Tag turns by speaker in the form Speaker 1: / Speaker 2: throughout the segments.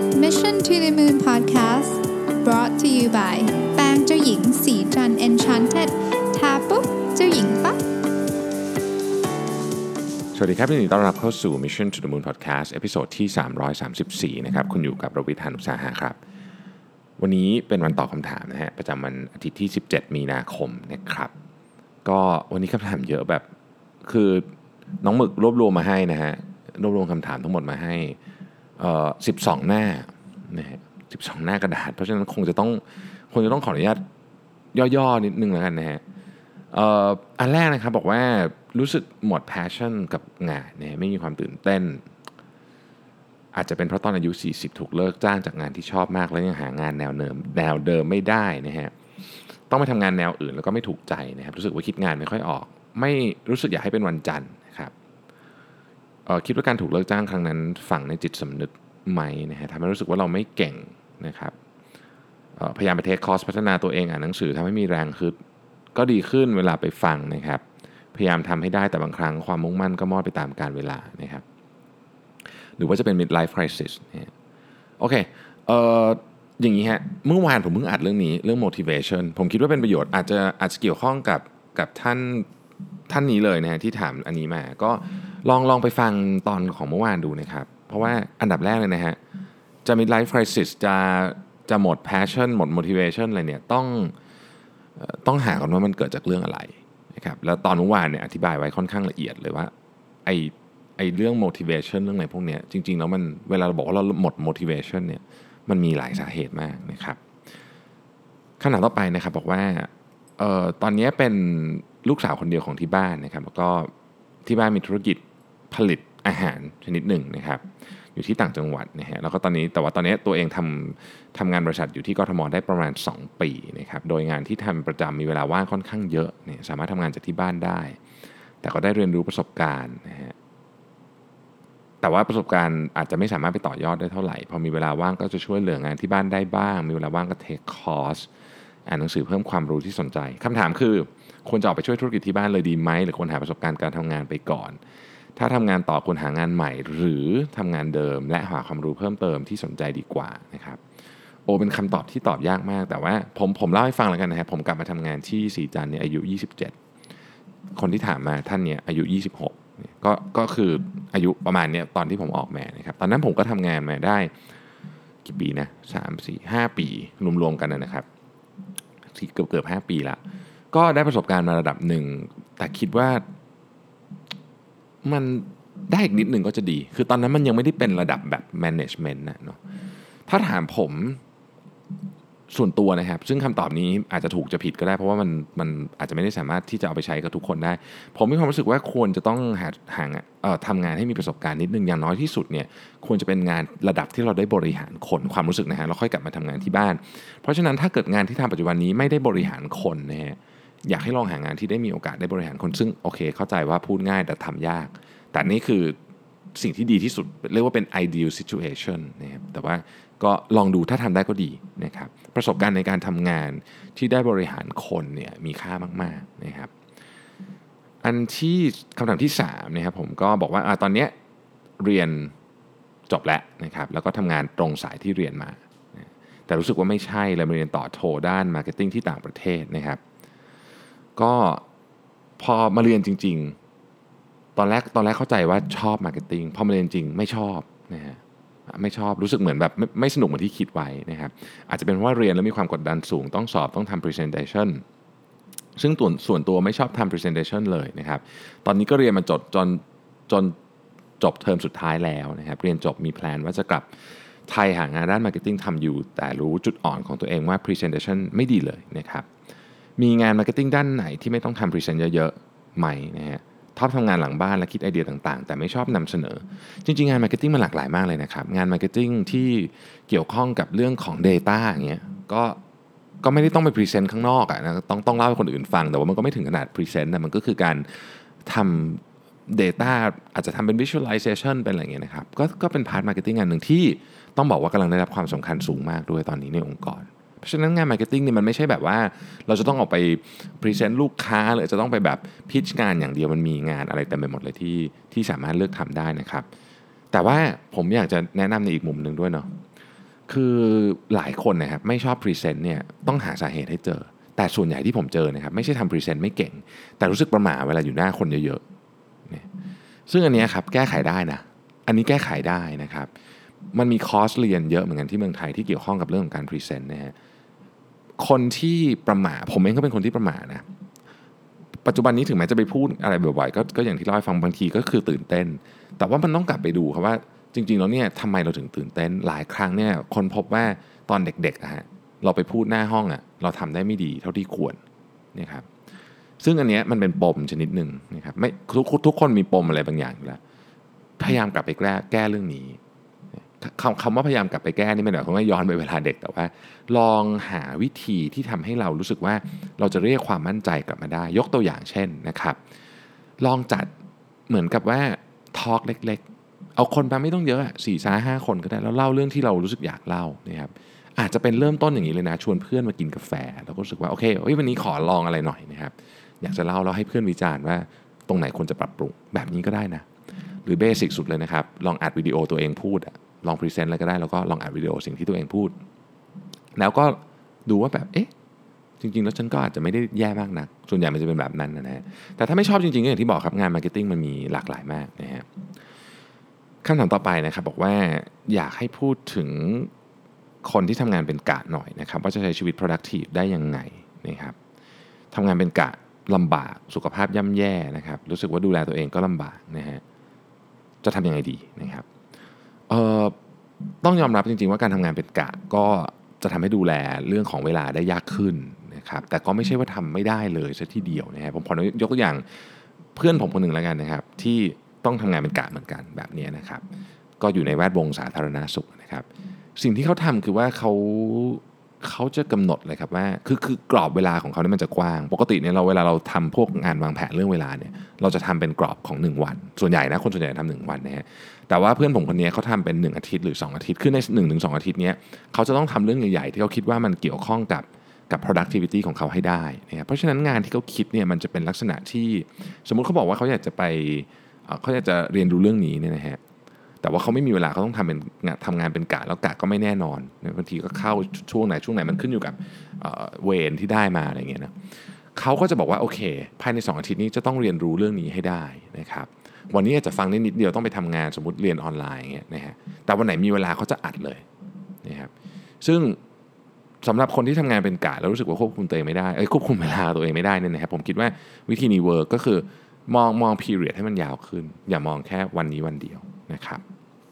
Speaker 1: Mission to the Moon Podcast brought to you by แป้งเจ้าหญิงสีจัน Enchanted ทาปุ๊บเจ้าหญิงปั๊บ
Speaker 2: สวัสดีครับยินดีต้อนรับเข้าสู่ Mission to the Moon Podcast เอพิโซดที่334นะครับคุณอยู่กับรวิทย์ หาญอุตสาหะครับวันนี้เป็นวันตอบคำถามนะฮะประจำวันอาทิตย์ที่17มีนาคมนะครับก็วันนี้คำถามเยอะแบบคือน้องหมึกรวบรวมมาให้นะฮะรวบรวมคำถามทั้งหมดมาให้12หน้านะฮะ12หน้ากระดาษเพราะฉะนั้นคงจะต้องขออนุญาตย่อๆนิดนึงแล้วกันนะฮะอันแรกนะครับบอกว่ารู้สึกหมด passion กับงานเนี่ยไม่มีความตื่นเต้นอาจจะเป็นเพราะตอนอายุ40ถูกเลิกจ้างจากงานที่ชอบมากแล้วยังหางานแนวเดิมไม่ได้นะฮะต้องไปทำงานแนวอื่นแล้วก็ไม่ถูกใจนะครับรู้สึกว่าคิดงานไม่ค่อยออกไม่รู้สึกอยากให้เป็นวันจันทร์นะครับคิดว่าการถูกเลิกจ้างครั้งนั้นฝังในจิตสำนึกไหมนะฮะทำให้รู้สึกว่าเราไม่เก่งนะครับพยายามไปเทคคอร์สพัฒนาตัวเองอ่านหนังสือทำให้มีแรงฮึดก็ดีขึ้นเวลาไปฟังนะครับพยายามทำให้ได้แต่บางครั้งความมุ่งมั่นก็มอดไปตามกาลเวลานะครับหรือว่าจะเป็น midlife crisis นะโอเคอย่างนี้ฮะเมื่อวานผมเพิ่งอัดเรื่องนี้เรื่อง motivation ผมคิดว่าเป็นประโยชน์อาจจะเกี่ยวข้องกับท่านนี้เลยนะฮะที่ถามอันนี้มาก็ลองไปฟังตอนของเมื่อวานดูนะครับเพราะว่าอันดับแรกเลยนะฮะจะ midlife crisis จะหมด passion หมด motivation อะไรเนี่ยต้องหาก่อนว่ามันเกิดจากเรื่องอะไรนะครับแล้วตอนเมื่อวานเนี่ยอธิบายไว้ค่อนข้างละเอียดเลยว่าไอเรื่อง motivation เรื่องอะไรพวกเนี้ยจริงๆแล้วมันเวลาเราบอกว่าเราหมด motivation เนี่ยมันมีหลายสาเหตุมากนะครับขณะต่อไปนะครับบอกว่าตอนนี้เป็นลูกสาวคนเดียวของที่บ้านนะครับแล้วก็ที่บ้านมีธุรกิจผลิตอาหารชนิดหนึ่งนะครับอยู่ที่ต่างจังหวัดนะฮะแล้วก็แต่ว่าตอนนี้ตัวเองทำงานบริษัทอยู่ที่กทมได้ประมาณ2ปีนะครับโดยงานที่ทำประจำมีเวลาว่างค่อนข้างเยอะเนี่ยสามารถทำงานจากที่บ้านได้แต่ก็ได้เรียนรู้ประสบการณ์นะฮะแต่ว่าประสบการณ์อาจจะไม่สามารถไปต่อยอดได้เท่าไหร่พอมีเวลาว่างก็จะช่วยเหลืองานที่บ้านได้บ้างมีเวลาว่างก็เทคคอร์สอ่านหนังสือเพิ่มความรู้ที่สนใจคำถามคือควรจะออกไปช่วยธุรกิจที่บ้านเลยดีไหมหรือควรหาประสบการณ์การทำงานไปก่อนถ้าทำงานต่อควรหางานใหม่หรือทำงานเดิมและหาความรู้เพิ่มเติมที่สนใจดีกว่านะครับเป็นคำตอบที่ตอบยากมากแต่ว่าผมเล่าให้ฟังแล้วกันนะครับผมกลับมาทำงานที่สีจันทร์เนี่ยอายุ27คนที่ถามมาท่านเนี่ยอายุ26ก็คืออายุประมาณเนี้ยตอนที่ผมออกมานะครับตอนนั้นผมก็ทำงานมาได้กี่ปีนะ3 4 5ปีรวมๆกันนะครับเกือบ5ปีละก็ได้ประสบการณ์มาระดับหนึ่งแต่คิดว่ามันได้อีกนิดหนึ่งก็จะดีคือตอนนั้นมันยังไม่ได้เป็นระดับแบบ management นะเนาะถ้าถามผมส่วนตัวนะครับซึ่งคำตอบนี้อาจจะถูกจะผิดก็ได้เพราะว่ามันอาจจะไม่ได้สามารถที่จะเอาไปใช้กับทุกคนได้ผมมีความรู้สึกว่าควรจะต้องทำงานให้มีประสบการณ์นิดนึงอย่างน้อยที่สุดเนี่ยควรจะเป็นงานระดับที่เราได้บริหารคนความรู้สึกนะฮะแล้วค่อยกลับมาทำงานที่บ้านเพราะฉะนั้นถ้าเกิดงานที่ทำปัจจุบันนี้ไม่ได้บริหารคนนะฮะอยากให้ลองหางานที่ได้มีโอกาสได้บริหารคนซึ่งโอเคเข้าใจว่าพูดง่ายแต่ทำยากแต่นี่คือสิ่งที่ดีที่สุดเรียกว่าเป็น ideal situation นะครับแต่ว่าก็ลองดูถ้าทำได้ก็ดีนะครับประสบการณ์ในการทำงานที่ได้บริหารคนเนี่ยมีค่ามากๆนะครับอันที่คำถามที่3นะครับผมก็บอกว่าตอนนี้เรียนจบแล้วนะครับแล้วก็ทำงานตรงสายที่เรียนมาแต่รู้สึกว่าไม่ใช่เลยมาเรียนต่อโทด้านมาร์เก็ตติ้งที่ต่างประเทศนะครับก็พอมาเรียนจริงๆตอนแรกเข้าใจว่าชอบมาร์เก็ตติ้งพอมาเรียนจริงไม่ชอบนะฮะไม่ชอบรู้สึกเหมือนแบบไม่สนุกเหมือนที่คิดไว้นะครับอาจจะเป็นเพราะว่าเรียนแล้วมีความกดดันสูงต้องสอบต้องทำ presentation ซึ่งส่วนตัวไม่ชอบทำ presentation เลยนะครับตอนนี้ก็เรียนมาจนจบเทอมสุดท้ายแล้วนะครับเรียนจบมีแพลนว่าจะกลับไทยหางานด้าน marketing ทำอยู่แต่รู้จุดอ่อนของตัวเองว่า presentation ไม่ดีเลยนะครับมีงาน marketing ด้านไหนที่ไม่ต้องทำ present เยอะๆไหมนะฮะชอบทำงานหลังบ้านและคิดไอเดียต่างๆแต่ไม่ชอบนำเสนอจริงๆงานมาร์เก็ตติ้งมันหลากหลายมากเลยนะครับงานมาร์เก็ตติ้งที่เกี่ยวข้องกับเรื่องของ Data อย่างเงี้ยก็ไม่ได้ต้องไปพรีเซนต์ข้างนอกอ่ะนะต้องเล่าให้คนอื่นฟังแต่ว่ามันก็ไม่ถึงขนาดพรีเซนต์นะมันก็คือการทำ Data อาจจะทำเป็น Visualization เป็นอะไรอย่างเงี้ยนะครับก็เป็นพาร์ทมาร์เก็ตติ้งงานหนึ่งที่ต้องบอกว่ากำลังได้รับความสำคัญสูงมากด้วยตอนนี้ในองค์กรเพราะฉะนั้นงานมาร์เก็ตติ้งเนี่ยมันไม่ใช่แบบว่าเราจะต้องออกไปพรีเซนต์ลูกค้าหรือจะต้องไปแบบพิชงานอย่างเดียวมันมีงานอะไรเต็มไปหมดเลยที่สามารถเลือกทำได้นะครับแต่ว่าผมอยากจะแนะนำในอีกมุมหนึ่งด้วยเนาะคือหลายคนนะครับไม่ชอบพรีเซนต์เนี่ยต้องหาสาเหตุให้เจอแต่ส่วนใหญ่ที่ผมเจอนะครับไม่ใช่ทำพรีเซนต์ไม่เก่งแต่รู้สึกประหม่าเวลาอยู่หน้าคนเยอะๆเนี่ยซึ่งอันนี้ครับแก้ไขได้นะอันนี้แก้ไขได้นะครับมันมีคอร์สเรียนเยอะเหมือนกันที่เมืองไทยที่เกี่ยวข้องกับเรื่องของการพรีเซนต์นะฮะคนที่ประหม่าผมเองก็เป็นคนที่ประหม่านะปัจจุบันนี้ถึงแม้จะไปพูดอะไรบ่อยๆก็อย่างที่เล่าให้ฟังบางทีก็คือตื่นเต้นแต่ว่ามันต้องกลับไปดูครับว่าจริงๆแล้วเนี่ยทำไมเราถึงตื่นเต้นหลายครั้งเนี่ยคนพบว่าตอนเด็กๆฮะเราไปพูดหน้าห้องเราทำได้ไม่ดีเท่าที่ควรนะครับซึ่งอันนี้มันเป็นปมชนิดหนึ่งนะครับไม่ทุกคนมีปมอะไรบางอย่างอยู่แล้วพยายามกลับไปแก้เรื่องนี้คำว่าพยายามกลับไปแก้นี่ไม่ได้หมายความว่าย้อนไปเวลาเด็กแต่ว่าลองหาวิธีที่ทำให้เรารู้สึกว่าเราจะเรียกความมั่นใจกลับมาได้ยกตัวอย่างเช่นนะครับลองจัดเหมือนกับว่าทอล์กเล็กๆเอาคนมาไม่ต้องเยอะ4-5 คนก็ได้แล้วเล่าเรื่องที่เรารู้สึกอยากเล่านะครับอาจจะเป็นเริ่มต้นอย่างนี้เลยนะชวนเพื่อนมากินกาแฟแล้วก็รู้สึกว่าโอเควันนี้ขอลองอะไรหน่อยนะครับอยากจะเล่าแล้วให้เพื่อนวิจารณ์ว่าตรงไหนควรจะปรับปรุงแบบนี้ก็ได้นะหรือเบสิกสุดเลยนะครับลองอัดวิดีโอตัวเองพูดลองพรีเซนต์อะไรก็ได้แล้วก็ลองอัดวิดีโอสิ่งที่ตัวเองพูดแล้วก็ดูว่าแบบจริงๆแล้วฉันก็อาจจะไม่ได้แย่มากนักส่วนใหญ่มันจะเป็นแบบนั้นนะฮะแต่ถ้าไม่ชอบจริงๆก็อย่างที่บอกครับงานมาร์เก็ตติ้งมันมีหลากหลายมากนะฮะคำถามต่อไปนะครับบอกว่าอยากให้พูดถึงคนที่ทำงานเป็นกะหน่อยนะครับว่าจะใช้ชีวิต productive ได้ยังไงนะครับทำงานเป็นกะลำบากสุขภาพย่ำแย่นะครับรู้สึกว่าดูแลตัวเองก็ลำบากนะฮะจะทำยังไงดีนะครับต้องยอมรับจริงๆว่าการทำงานเป็นกะก็จะทำให้ดูแลเรื่องของเวลาได้ยากขึ้นนะครับแต่ก็ไม่ใช่ว่าทำไม่ได้เลยซะทีเดียวนะฮะผมขอยกตัวอย่างเพื่อนผมคนหนึ่งแล้วกันนะครับที่ต้องทำงานเป็นกะเหมือนกันแบบนี้นะครับก็อยู่ในแวดวงสาธารณสุขนะครับสิ่งที่เขาทำคือว่าเขาจะกำหนดเลยครับว่าคือกรอบเวลาของเขาเนี่ยมันจะกว้างปกติเนี่ยเวลาเราทำพวกงานวางแผนเรื่องเวลาเนี่ยเราจะทำเป็นกรอบของ1วันส่วนใหญ่นะคนส่วนใหญ่ทำ1วันนะฮะแต่ว่าเพื่อนผมคนนี้เขาทำเป็น1อาทิตย์หรือ2อาทิตย์คือใน 1-2 อาทิตย์นี้เขาจะต้องทำเรื่องใหญ่ๆที่เขาคิดว่ามันเกี่ยวข้องกับ productivity ของเขาให้ได้นะครับเพราะฉะนั้นงานที่เขาคิดเนี่ยมันจะเป็นลักษณะที่สมมุติเขาบอกว่าเขาอยากจะไปเขาอยากจะเรียนรู้เรื่องนี้เนี่ยนะฮะแต่ว่าเขาไม่มีเวลาเขาต้องทำงานเป็นกะแล้วกะก็ไม่แน่นอนบางทีก็เข้าช่วงไหนมันขึ้นอยู่กับเวรที่ได้มาอะไรเงี้ยนะเขาก็จะบอกว่าโอเคภายใน2อาทิตย์นี้จะต้องเรียนรู้เรื่องนี้ให้ได้นะครับวันนี้อาจจะฟังได้นิดเดียวต้องไปทำงานสมมติเรียนออนไลน์อย่างเงี้ยนะฮะแต่วันไหนมีเวลาเขาจะอัดเลยนะครับซึ่งสำหรับคนที่ทำงานเป็นกะแล้วรู้สึกว่าควบคุมตัวเองไม่ได้ควบคุมเวลาตัวเองไม่ได้เนี่ยนะครับผมคิดว่าวิธีนี้เวิร์กก็คือมอง period ให้มันยาวขึ้นอย่ามองแค่วันนี้วันเดียวนะครับ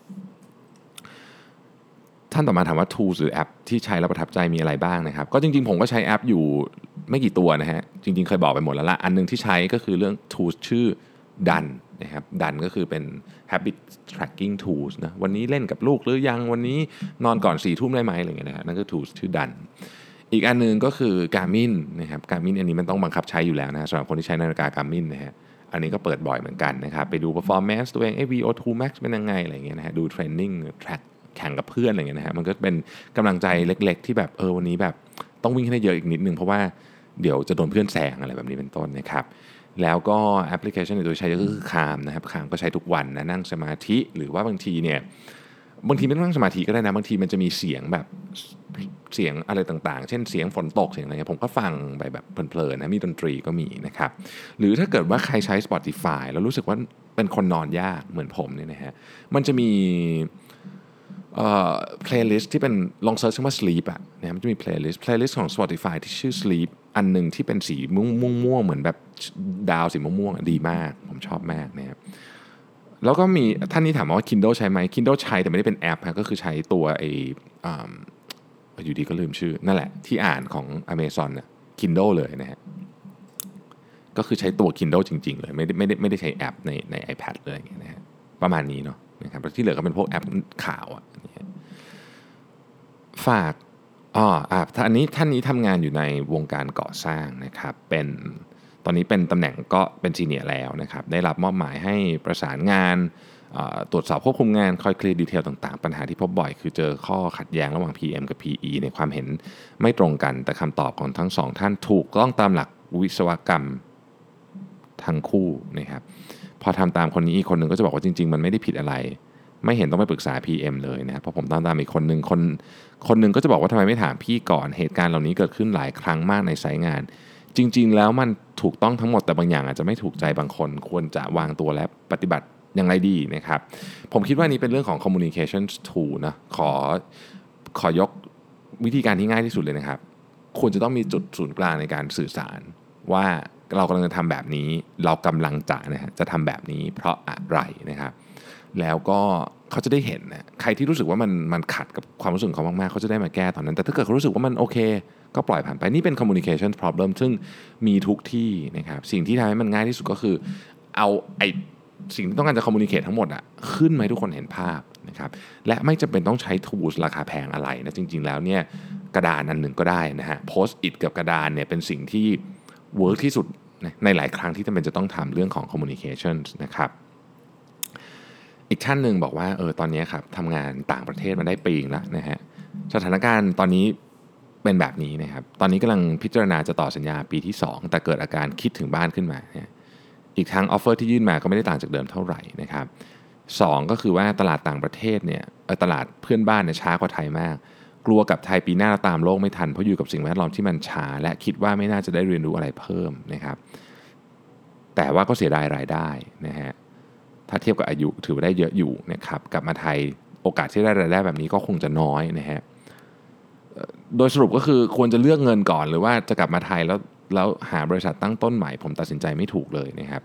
Speaker 2: ท่านต่อมาถามว่า tools หรือแอปที่ใช้แล้วประทับใจมีอะไรบ้างนะครับก็จริงๆผมก็ใช้แอปอยู่ไม่กี่ตัวนะฮะจริงๆเคยบอกไปหมดแล้วละอันนึงที่ใช้ก็คือเรื่อง tools ชื่อ DUN นะครับ DUN ก็คือเป็น habit tracking tools นะวันนี้เล่นกับลูกหรือยังวันนี้นอนก่อน4 ทุ่มได้ไหมอะไรเงี้ยนะฮะนั่นก็ tools ชื่อ DUN อีกอันนึงก็คือ Garmin นะครับ Garmin อันนี้มันต้องบังคับใช้อยู่แล้วนะสำหรับคนที่ใช้นาฬิกา Garmin นะฮะอันนี้ก็เปิดบ่อยเหมือนกันนะครับไปดู performance ตัวเองVO2 max เป็นยังไงอะไรเงี้ยนะฮะดู training track แข่งกับเพื่อนอะไรเงี้ยนะฮะมันก็เป็นกำลังใจเล็กๆที่แบบวันนี้แบบต้องวิ่งให้ได้เยอะอีกนิดนึงเพราะว่าเดี๋ยวจะโดนเพื่อนแซงอะไรแบบนี้เป็นต้นนะครับแล้วก็แอปพลิเคชันที่ตัวใช้ก็คือ Calm นะครับ Calm ก็ใช้ทุกวันนะนั่งสมาธิหรือว่าบางทีไม่ต้องนั่งสมาธิก็ได้นะบางทีมันจะมีเสียงแบบเสียงอะไรต่างๆเช่นเสียงฝนตกเสียงอะไรเงี้ยผมก็ฟังไปแบบเพลินๆนะมีดนตรีก็มีนะครับหรือถ้าเกิดว่าใครใช้ Spotify แล้วรู้สึกว่าเป็นคนนอนยากเหมือนผมเนี่ยนะฮะมันจะมีplaylist ที่เป็นลองเซิร์ชคำว่า sleep นะมันจะมี playlist ของ Spotify ที่ชื่อ sleep อันนึงที่เป็นสีม่วงเหมือนแบบดาวสีม่วงดีมากผมชอบมากนะครับแล้วก็มีท่านนี้ถามว่า Kindle ใช้ไหม Kindle ใช้แต่ไม่ได้เป็นแอปก็คือใช้ตัวอยู่ดีก็ลืมชื่อนั่นแหละที่อ่านของ Amazon Kindle เลยนะฮะก็คือใช้ตัว Kindle จริงๆเลยไม่ได้ใช้แอปใน iPad เลยอย่างเงี้ยนะฮะประมาณนี้เนาะนะครับที่เหลือก็เป็นพวกแอปข่าวฝากท่านนี้ทำงานอยู่ในวงการก่อสร้างนะครับตอนนี้เป็นตำแหน่งก็เป็นซีเนียร์แล้วนะครับได้รับมอบหมายให้ประสานงานตรวจสอบควบคุมงานคอยเคลียร์ดีเทลต่างๆปัญหาที่พบบ่อยคือเจอข้อขัดแย้งระหว่าง PM กับ PE ในความเห็นไม่ตรงกันแต่คำตอบของทั้งสองท่านถูกต้องตามหลักวิศวกรรมทั้งคู่นะครับพอทำตามคนนี้อีกคนหนึ่งก็จะบอกว่าจริงๆมันไม่ได้ผิดอะไรไม่เห็นต้องไปปรึกษา PM เลยนะครับเพราะผมตามอีกคนนึงคนนึงก็จะบอกว่าทำไมไม่ถามพี่ก่อนเหตุการณ์เหล่านี้เกิดขึ้นหลายครั้งมากในไซต์งานจริงๆแล้วมันถูกต้องทั้งหมดแต่บางอย่างอาจจะไม่ถูกใจบางคนควรจะวางตัวและปฏิบัติอย่างไรดีนะครับผมคิดว่านี้เป็นเรื่องของ communication tool นะขอยกวิธีการที่ง่ายที่สุดเลยนะครับควรจะต้องมีจุดศูนย์กลางในการสื่อสารว่าเรากำลังจะทำแบบนี้เรากำลังจะทำแบบนี้เพราะอะไรนะครับแล้วก็เขาจะได้เห็นนะใครที่รู้สึกว่ามันขัดกับความรู้สึกเขามากๆเขาจะได้มาแก้ตอนนั้นแต่ถ้าเกิดเขารู้สึกว่ามันโอเคก็ปล่อยผ่านไปนี่เป็น communication problem ซึ่งมีทุกที่นะครับสิ่งที่ทำให้มันง่ายที่สุดก็คือเอาสิ่งที่ต้องการจะ communicate ทั้งหมดขึ้นมาให้ทุกคนเห็นภาพนะครับและไม่จำเป็นต้องใช้ tools ราคาแพงอะไรนะจริงๆแล้วเนี่ยกระดานอันหนึ่งก็ได้นะฮะ post it กับกระดานเนี่ยเป็นสิ่งที่ work ที่สุดในหลายครั้งที่จำเป็นจะต้องทำเรื่องของ communication นะครับอีกท่านหนึ่งบอกว่าตอนนี้ครับทำงานต่างประเทศมาได้ปีนึงแล้วนะฮะสถานการณ์ตอนนี้เป็นแบบนี้นะครับตอนนี้กำลังพิจารณาจะต่อสัญญาปีที่2แต่เกิดอาการคิดถึงบ้านขึ้นมาอีกทั้งออฟเฟอร์ที่ยื่นมาก็ไม่ได้ต่างจากเดิมเท่าไหร่นะครับ2ก็คือว่าตลาดต่างประเทศเนี่ยตลาดเพื่อนบ้านเนี่ยช้ากว่าไทยมากกลัวกับไทยปีหน้าเราตามโลกไม่ทันเพราะอยู่กับสิ่งแวดล้อมที่มันช้าและคิดว่าไม่น่าจะได้เรียนรู้อะไรเพิ่มนะครับแต่ว่าก็เสียดายรายได้นะฮะถ้าเทียบกับอายุถือว่าได้เยอะอยู่นะครับกลับมาไทยโอกาสที่ได้รายได้แบบนี้ก็คงจะน้อยนะฮะโดยสรุปก็คือควรจะเลือกเงินก่อนหรือว่าจะกลับมาไทยแล้วหาบริษัทตั้งต้นใหม่ผมตัดสินใจไม่ถูกเลยนะครับ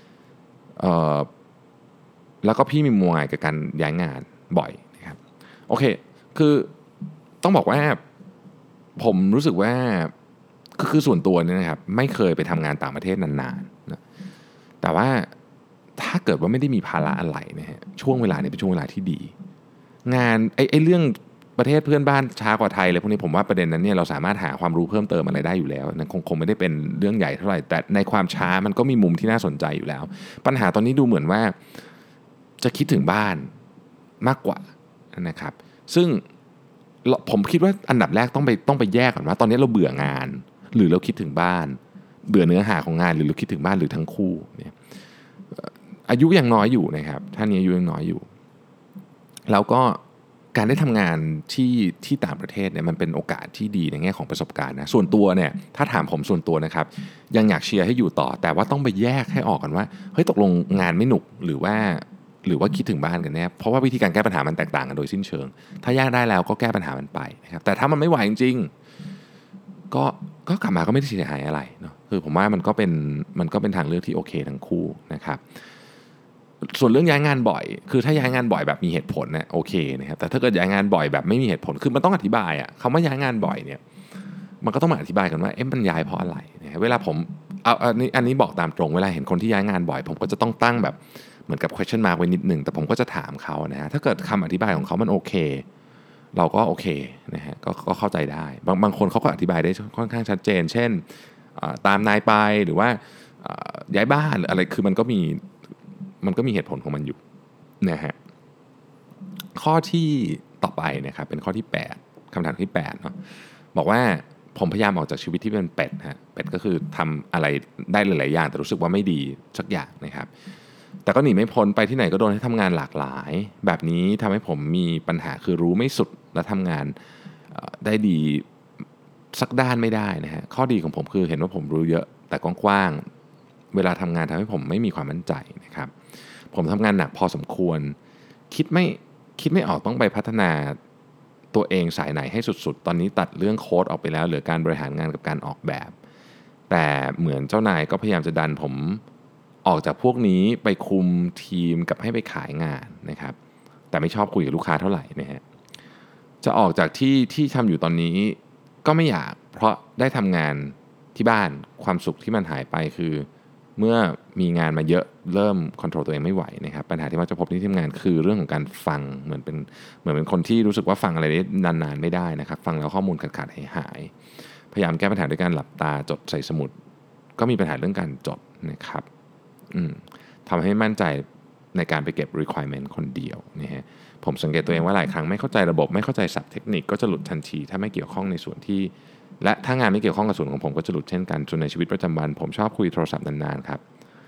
Speaker 2: แล้วก็พี่มีมุมมองกับการย้ายงานบ่อยนะครับโอเคคือต้องบอกว่าผมรู้สึกว่าคือส่วนตัวเนี่ยนะครับไม่เคยไปทำงานต่างประเทศนานๆนะแต่ว่าถ้าเกิดว่าไม่ได้มีภาระอะไรนะฮะช่วงเวลานี้เป็นช่วงเวลาที่ดีงานไอ้เรื่องประเทศเพื่อนบ้านช้ากว่าไทยเลยพวกนี้ผมว่าประเด็นนั้นเนี่ยเราสามารถหาความรู้เพิ่มเติมอะไรได้อยู่แล้วนั่นคงไม่ได้เป็นเรื่องใหญ่เท่าไหร่แต่ในความช้ามันก็มีมุมที่น่าสนใจอยู่แล้วปัญหาตอนนี้ดูเหมือนว่าจะคิดถึงบ้านมากกว่านะครับซึ่งผมคิดว่าอันดับแรกต้องไปแยกก่อนว่าตอนนี้เราเบื่องานหรือเราคิดถึงบ้านเบื่อเนื้อหาของงานหรือเราคิดถึงบ้านหรือทั้งคู่เนี่ยอายุยังน้อยอยู่นะครับท่านนี้อายุยังน้อยอยู่แล้วก็การได้ทำงานที่ต่างประเทศเนี่ยมันเป็นโอกาสที่ดีในแง่ของประสบการณ์นะส่วนตัวเนี่ยถ้าถามผมส่วนตัวนะครับยังอยากเชียร์ให้อยู่ต่อแต่ว่าต้องไปแยกให้ออกกันว่าเฮ้ยตกลงงานไม่หนุกหรือว่าคิดถึงบ้านกันแน่เพราะว่าวิธีการแก้ปัญหามันแตกต่างกันโดยสิ้นเชิงถ้าแยกได้แล้วก็แก้ปัญหามันไปนะครับแต่ถ้ามันไม่ไหวจริงๆก็กลับมาก็ไม่ได้เสียหายอะไรเนาะคือผมว่ามันก็เป็นทางเลือกที่โอเคทั้งคู่นะครับส่วนเรื่องย้ายงานบ่อยคือถ้าย้ายงานบ่อยแบบมีเหตุผลเนี่ยโอเคนะครับแต่ถ้าเกิดย้ายงานบ่อยแบบไม่มีเหตุผลคือมันต้องอธิบายคำว่าย้ายงานบ่อยเนี่ยมันก็ต้องมาอธิบายกันว่ามันย้ายเพราะอะไรนะเวลาผมอันนี้บอกตามตรงเวลาเห็นคนที่ย้ายงานบ่อยผมก็จะต้องตั้งแบบเหมือนกับ question mark ไว้นิดนึงแต่ผมก็จะถามเขานะฮะถ้าเกิดคำอธิบายของเขามันโอเคเราก็โอเคนะฮะก็เข้าใจได้บางคนเขาก็อธิบายได้ค่อนข้างชัดเจนเช่นตามนายไปหรือว่าย้ายบ้านหรืออะไรคือมันก็มีเหตุผลของมันอยู่นะฮะข้อที่ต่อไปนะครับเป็นข้อที่8คำถามที่8เนาะบอกว่าผมพยายามออกจากชีวิตที่เป็นเป็ดฮะเป็ดก็คือทำอะไรได้หลายๆอย่างแต่รู้สึกว่าไม่ดีสักอย่างนะครับแต่ก็หนีไม่พ้นไปที่ไหนก็โดนให้ทำงานหลากหลายแบบนี้ทำให้ผมมีปัญหาคือรู้ไม่สุดและทำงานได้ดีสักด้านไม่ได้นะฮะข้อดีของผมคือเห็นว่าผมรู้เยอะแต่กว้างๆเวลาทำงานทำให้ผมไม่มีความมั่นใจนะครับผมทำงานหนักพอสมควรคิดไม่ออกต้องไปพัฒนาตัวเองสายไหนให้สุดๆตอนนี้ตัดเรื่องโค้ดออกไปแล้วเหลือการบริหารงานกับการออกแบบแต่เหมือนเจ้านายก็พยายามจะดันผมออกจากพวกนี้ไปคุมทีมกับให้ไปขายงานนะครับแต่ไม่ชอบคุยกับลูกค้าเท่าไหร่นะฮะจะออกจากที่ทำอยู่ตอนนี้ก็ไม่อยากเพราะได้ทำงานที่บ้านความสุขที่มันหายไปคือเมื่อมีงานมาเยอะเริ่มควบคุมตัวเองไม่ไหวนะครับปัญหาที่ว่าจะพบที่ทำงานคือเรื่องของการฟังเหมือนเป็นคนที่รู้สึกว่าฟังอะไรได้นานๆไม่ได้นะครับฟังแล้วข้อมูลขาดหายพยายามแก้ปัญหาด้วยการหลับตาจดใส่สมุดก็มีปัญหาเรื่องการจดนะครับทำให้มั่นใจในการไปเก็บ requirement คนเดียวนะฮะผมสังเกตตัวเองว่าหลายครั้งไม่เข้าใจระบบไม่เข้าใจศัพท์เทคนิคก็จะหลุดทันทีถ้าไม่เกี่ยวข้องในส่วนที่และถ้างานไม่เกี่ยวข้องกับส่วนของผมก็จะหลุดเช่นกันส่วนในชีวิตประจำวันผมชอบคุยโทรศัพท์นานๆครับ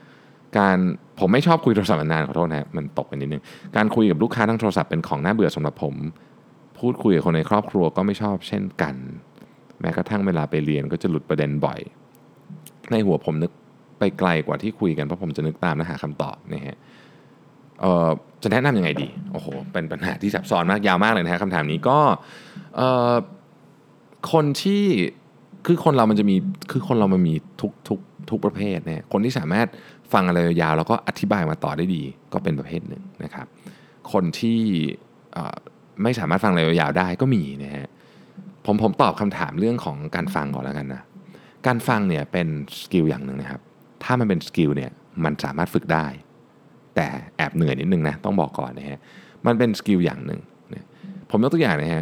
Speaker 2: ผมไม่ชอบคุยโทรศัพท์นานขอโทษนะมันตกไปนิดนึงการคุยกับลูกค้าทางโทรศัพท์เป็นของน่าเบื่อสำหรับผมพูดคุยกับคนในครอบครัวก็ไม่ชอบเช่นกันแม้กระทั่งเวลาไปเรียนก็จะหลุดประเด็นบ่อยในหัวผมนึกไปไกลกว่าที่คุยกันเพราะผมจะนึกตามและหาคำตอบนะฮะจะแนะนำยังไงดีโอ้โหเป็นปัญหาที่ซับซ้อนมากยาวมากเลยนะฮะคำถามนี้ก็คนที่คือคนเรามันจะมีคือคนเรามันมีทุกประเภทเนี่ยคนที่สามารถฟังอะไรยาวๆแล้วก็อธิบายมาต่อได้ดีก็เป็นประเภทหนึ่งนะครับคนที่ไม่สามารถฟังอะไรยาวๆได้ก็มีนะฮะผมตอบคำถามเรื่องของการฟังก่อนแล้วกันนะการฟังเนี่ยเป็นสกิลอย่างหนึ่งนะครับถ้ามันเป็นสกิลเนี่ยมันสามารถฝึกได้แต่แอบเหนื่อยนิดนึงนะต้องบอกก่อนนะฮะมันเป็นสกิลอย่างหนึ่งนะผมยกตัวอย่างนะฮะ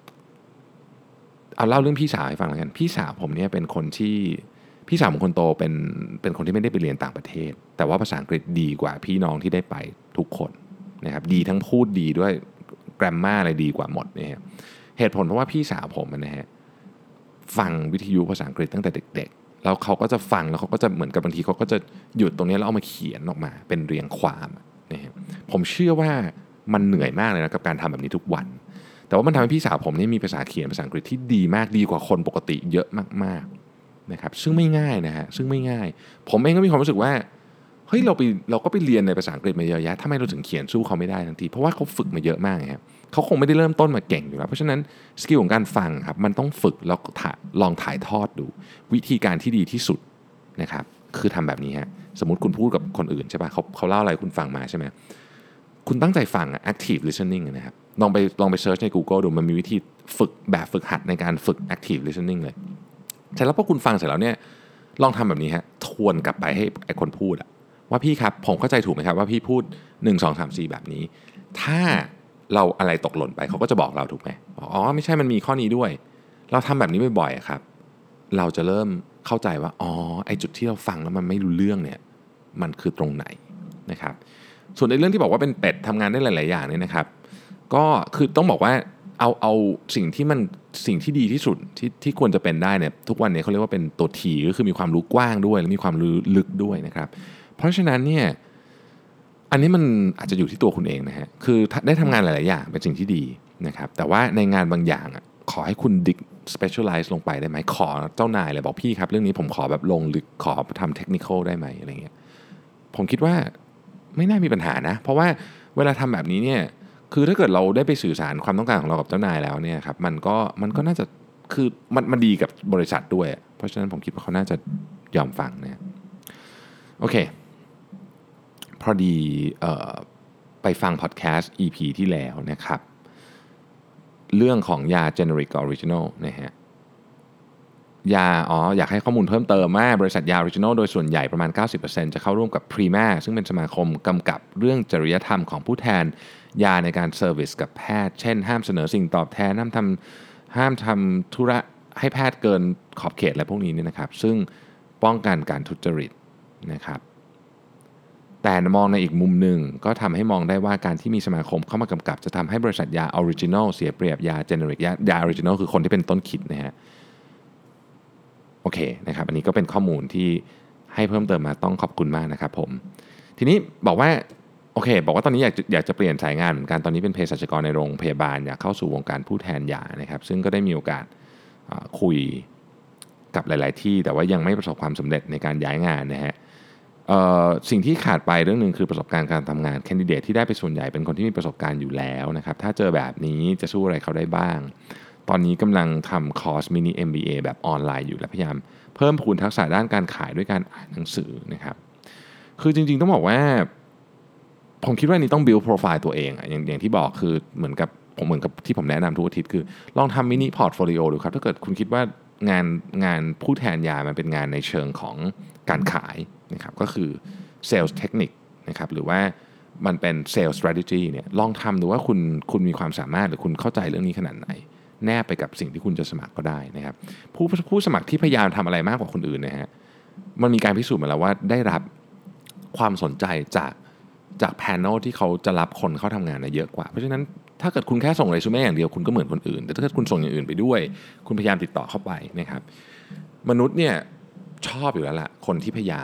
Speaker 2: เอาเล่าเรื่องพี่สาวให้ฟังแล้วกันพี่สาวผมเนี่ยเป็นคนที่พี่สาวผมคนโตเป็นคนที่ไม่ได้ไปเรียนต่างประเทศแต่ว่าภาษาอังกฤษดีกว่าพี่น้องที่ได้ไปทุกคนนะครับดีทั้งพูดดีด้วยแกรมม่าอะไรดีกว่าหมดนะฮะเหตุผลเพราะว่าพี่สาวผมนะฮะฟังวิทยุภาษาอังกฤษตั้งแต่เด็กๆแล้วเขาก็จะฟังแล้วเขาก็จะเหมือนกับบางทีเขาก็จะหยุดตรงนี้แล้วเอามาเขียนออกมาเป็นเรียงความนะฮะผมเชื่อว่ามันเหนื่อยมากเลยนะกับการทำแบบนี้ทุกวันแต่ว่ามันทำให้พี่สาวผมนี่มีภาษาเขียนภาษาอังกฤษที่ดีมากดีกว่าคนปกติเยอะมากๆนะครับซึ่งไม่ง่ายนะฮะซึ่งไม่ง่ายผมเองก็มีความรู้สึกว่าเฮ้ยเราก็ไปเรียนในภาษาอังกฤษมาเยอะแยะทำไมเราถึงเขียนสู้เขาไม่ได้ทันทีเพราะว่าเขาฝึกมาเยอะมากครับเขาคงไม่ได้เริ่มต้นมาเก่งอยู่แล้วเพราะฉะนั้นสกิลของการฟังครับมันต้องฝึกแล้วลองถ่ายทอดดูวิธีการที่ดีที่สุดนะครับคือทำแบบนี้ฮะสมมุติคุณพูดกับคนอื่นใช่ป่ะเขาเล่าอะไรคุณฟังมาใช่ไหมคุณตั้งใจฟังactive listening นะครับลองไปเซิร์ชใน Google ดูมันมีวิธีฝึกหัดในการฝึก active listening เลยเสร็จแล้วพอคุณฟังเสร็จแล้วเนี่ยลองทำแบบนี้ฮะทวนกลับไปให้ไอ้คนพูดว่าพี่ครับผมเข้าใจถูกไหมครับว่าพี่พูด1 2 3 4แบบนี้ถ้าเราอะไรตกหล่นไปเขาก็จะบอกเราถูกไหมอ๋อไม่ใช่มันมีข้อนี้ด้วยเราทำแบบนี้บ่อยๆครับเราจะเริ่มเข้าใจว่าอ๋อไอ้จุดที่เราฟังแล้วมันไม่รู้เรื่องเนี่ยมันคือตรงไหนนะครับส่วนในเรื่องที่บอกว่าเป็นเป็ดทำงานได้หลายๆอย่างเนี่ยนะครับก็คือต้องบอกว่าเอาสิ่งที่ดีที่สุดที่ควรจะเป็นได้เนี่ยทุกวันนี้เขาเรียกว่าเป็นตัวทีก็คือมีความรู้กว้างด้วยและมีความรู้ลึกด้วยนะครับเพราะฉะนั้นเนี่ยอันนี้มันอาจจะอยู่ที่ตัวคุณเองนะฮะคือได้ทำงานหลายๆอย่างเป็นสิ่งที่ดีนะครับแต่ว่าในงานบางอย่างขอให้คุณดิก specialize ลงไปได้ไหมขอเจ้านายเลยบอกพี่ครับเรื่องนี้ผมขอแบบลงลึกขอทำ technical ได้ไหมอะไรเงี้ยผมคิดว่าไม่น่ามีปัญหานะเพราะว่าเวลาทำแบบนี้เนี่ยคือถ้าเกิดเราได้ไปสื่อสารความต้องการของเรากับเจ้านายแล้วเนี่ยครับมันก็น่าจะคือมันดีกับบริษัทด้วยเพราะฉะนั้นผมคิดว่าเขาน่าจะยอมฟังนะโอเคพอดีไปฟังพอดแคสต์ EP ที่แล้วนะครับเรื่องของยา Generic Original นะฮะยาอยากให้ข้อมูลเพิ่มเติมว่าบริษัทยา Original โดยส่วนใหญ่ประมาณ 90% จะเข้าร่วมกับ Prima ซึ่งเป็นสมาคมกำกับเรื่องจริยธรรมของผู้แทนยาในการเซอร์วิสกับแพทย์เช่นห้ามเสนอสิ่งตอบแทนห้ามทำธุระให้แพทย์เกินขอบเขตอะไรพวกนี้เนี่ยนะครับซึ่งป้องกันการทุจริตนะครับแต่มองในอีกมุมหนึ่งก็ทำให้มองได้ว่าการที่มีสมาคมเข้ามากำกับจะทำให้บริษัทยา Original เสียเปรียบยา Generic ยา Original คือคนที่เป็นต้นคิดนะฮะโอเคนะครับอันนี้ก็เป็นข้อมูลที่ให้เพิ่มเติมมาต้องขอบคุณมากนะครับผมทีนี้บอกว่าโอเคบอกว่าตอนนี้อยากจะเปลี่ยนสายงานเหมือนกันตอนนี้เป็นเภสัชกรในโรงพยาบาลอยากเข้าสู่วงการผู้แทนยานะครับซึ่งก็ได้มีโอกาสคุยกับหลายๆที่แต่ว่ายังไม่ประสบความสำเร็จในการย้ายงานนะฮะสิ่งที่ขาดไปเรื่องนึงคือประสบการณ์การทำงานแคนดิเดตที่ได้ไปส่วนใหญ่เป็นคนที่มีประสบการณ์อยู่แล้วนะครับถ้าเจอแบบนี้จะสู้อะไรเขาได้บ้างตอนนี้กำลังทำคอร์สมินิ MBA แบบออนไลน์อยู่และพยายามเพิ่มพูนทักษะด้านการขายด้วยการอ่านหนังสือนะครับคือจริงๆต้องบอกว่าผมคิดว่านี่ต้อง build profile ตัวเองอย่างที่บอกคือเหมือนกับที่ผมแนะนำทุกอาทิตย์คือลองทำมินิพอร์ตโฟลิโอดูครับถ้าเกิดคุณคิดว่างานผู้แทนยามันเป็นงานในเชิงของการขายนะครับก็คือ sales technique นะครับหรือว่ามันเป็น sales strategy เนี่ยลองทำดูว่าคุณมีความสามารถหรือคุณเข้าใจเรื่องนี้ขนาดไหนแนบไปกับสิ่งที่คุณจะสมัครก็ได้นะครับผู้สมัครที่พยายามทำอะไรมากกว่าคนอื่นนะฮะมันมีการพิสูจน์มาแล้วว่าได้รับความสนใจจากแพนเนลที่เขาจะรับคนเข้าทำงานเยอะกว่าเพราะฉะนั้นถ้าเกิดคุณแค่ส่งเรซูเม่อย่างเดียวคุณก็เหมือนคนอื่นแต่ถ้าเกิดคุณส่งอย่างอื่นไปด้วยคุณพยายามติดต่อเข้าไปนะครับมนุษย์เนี่ยชอบอยู่แล้วล่ะคนที่พยายาม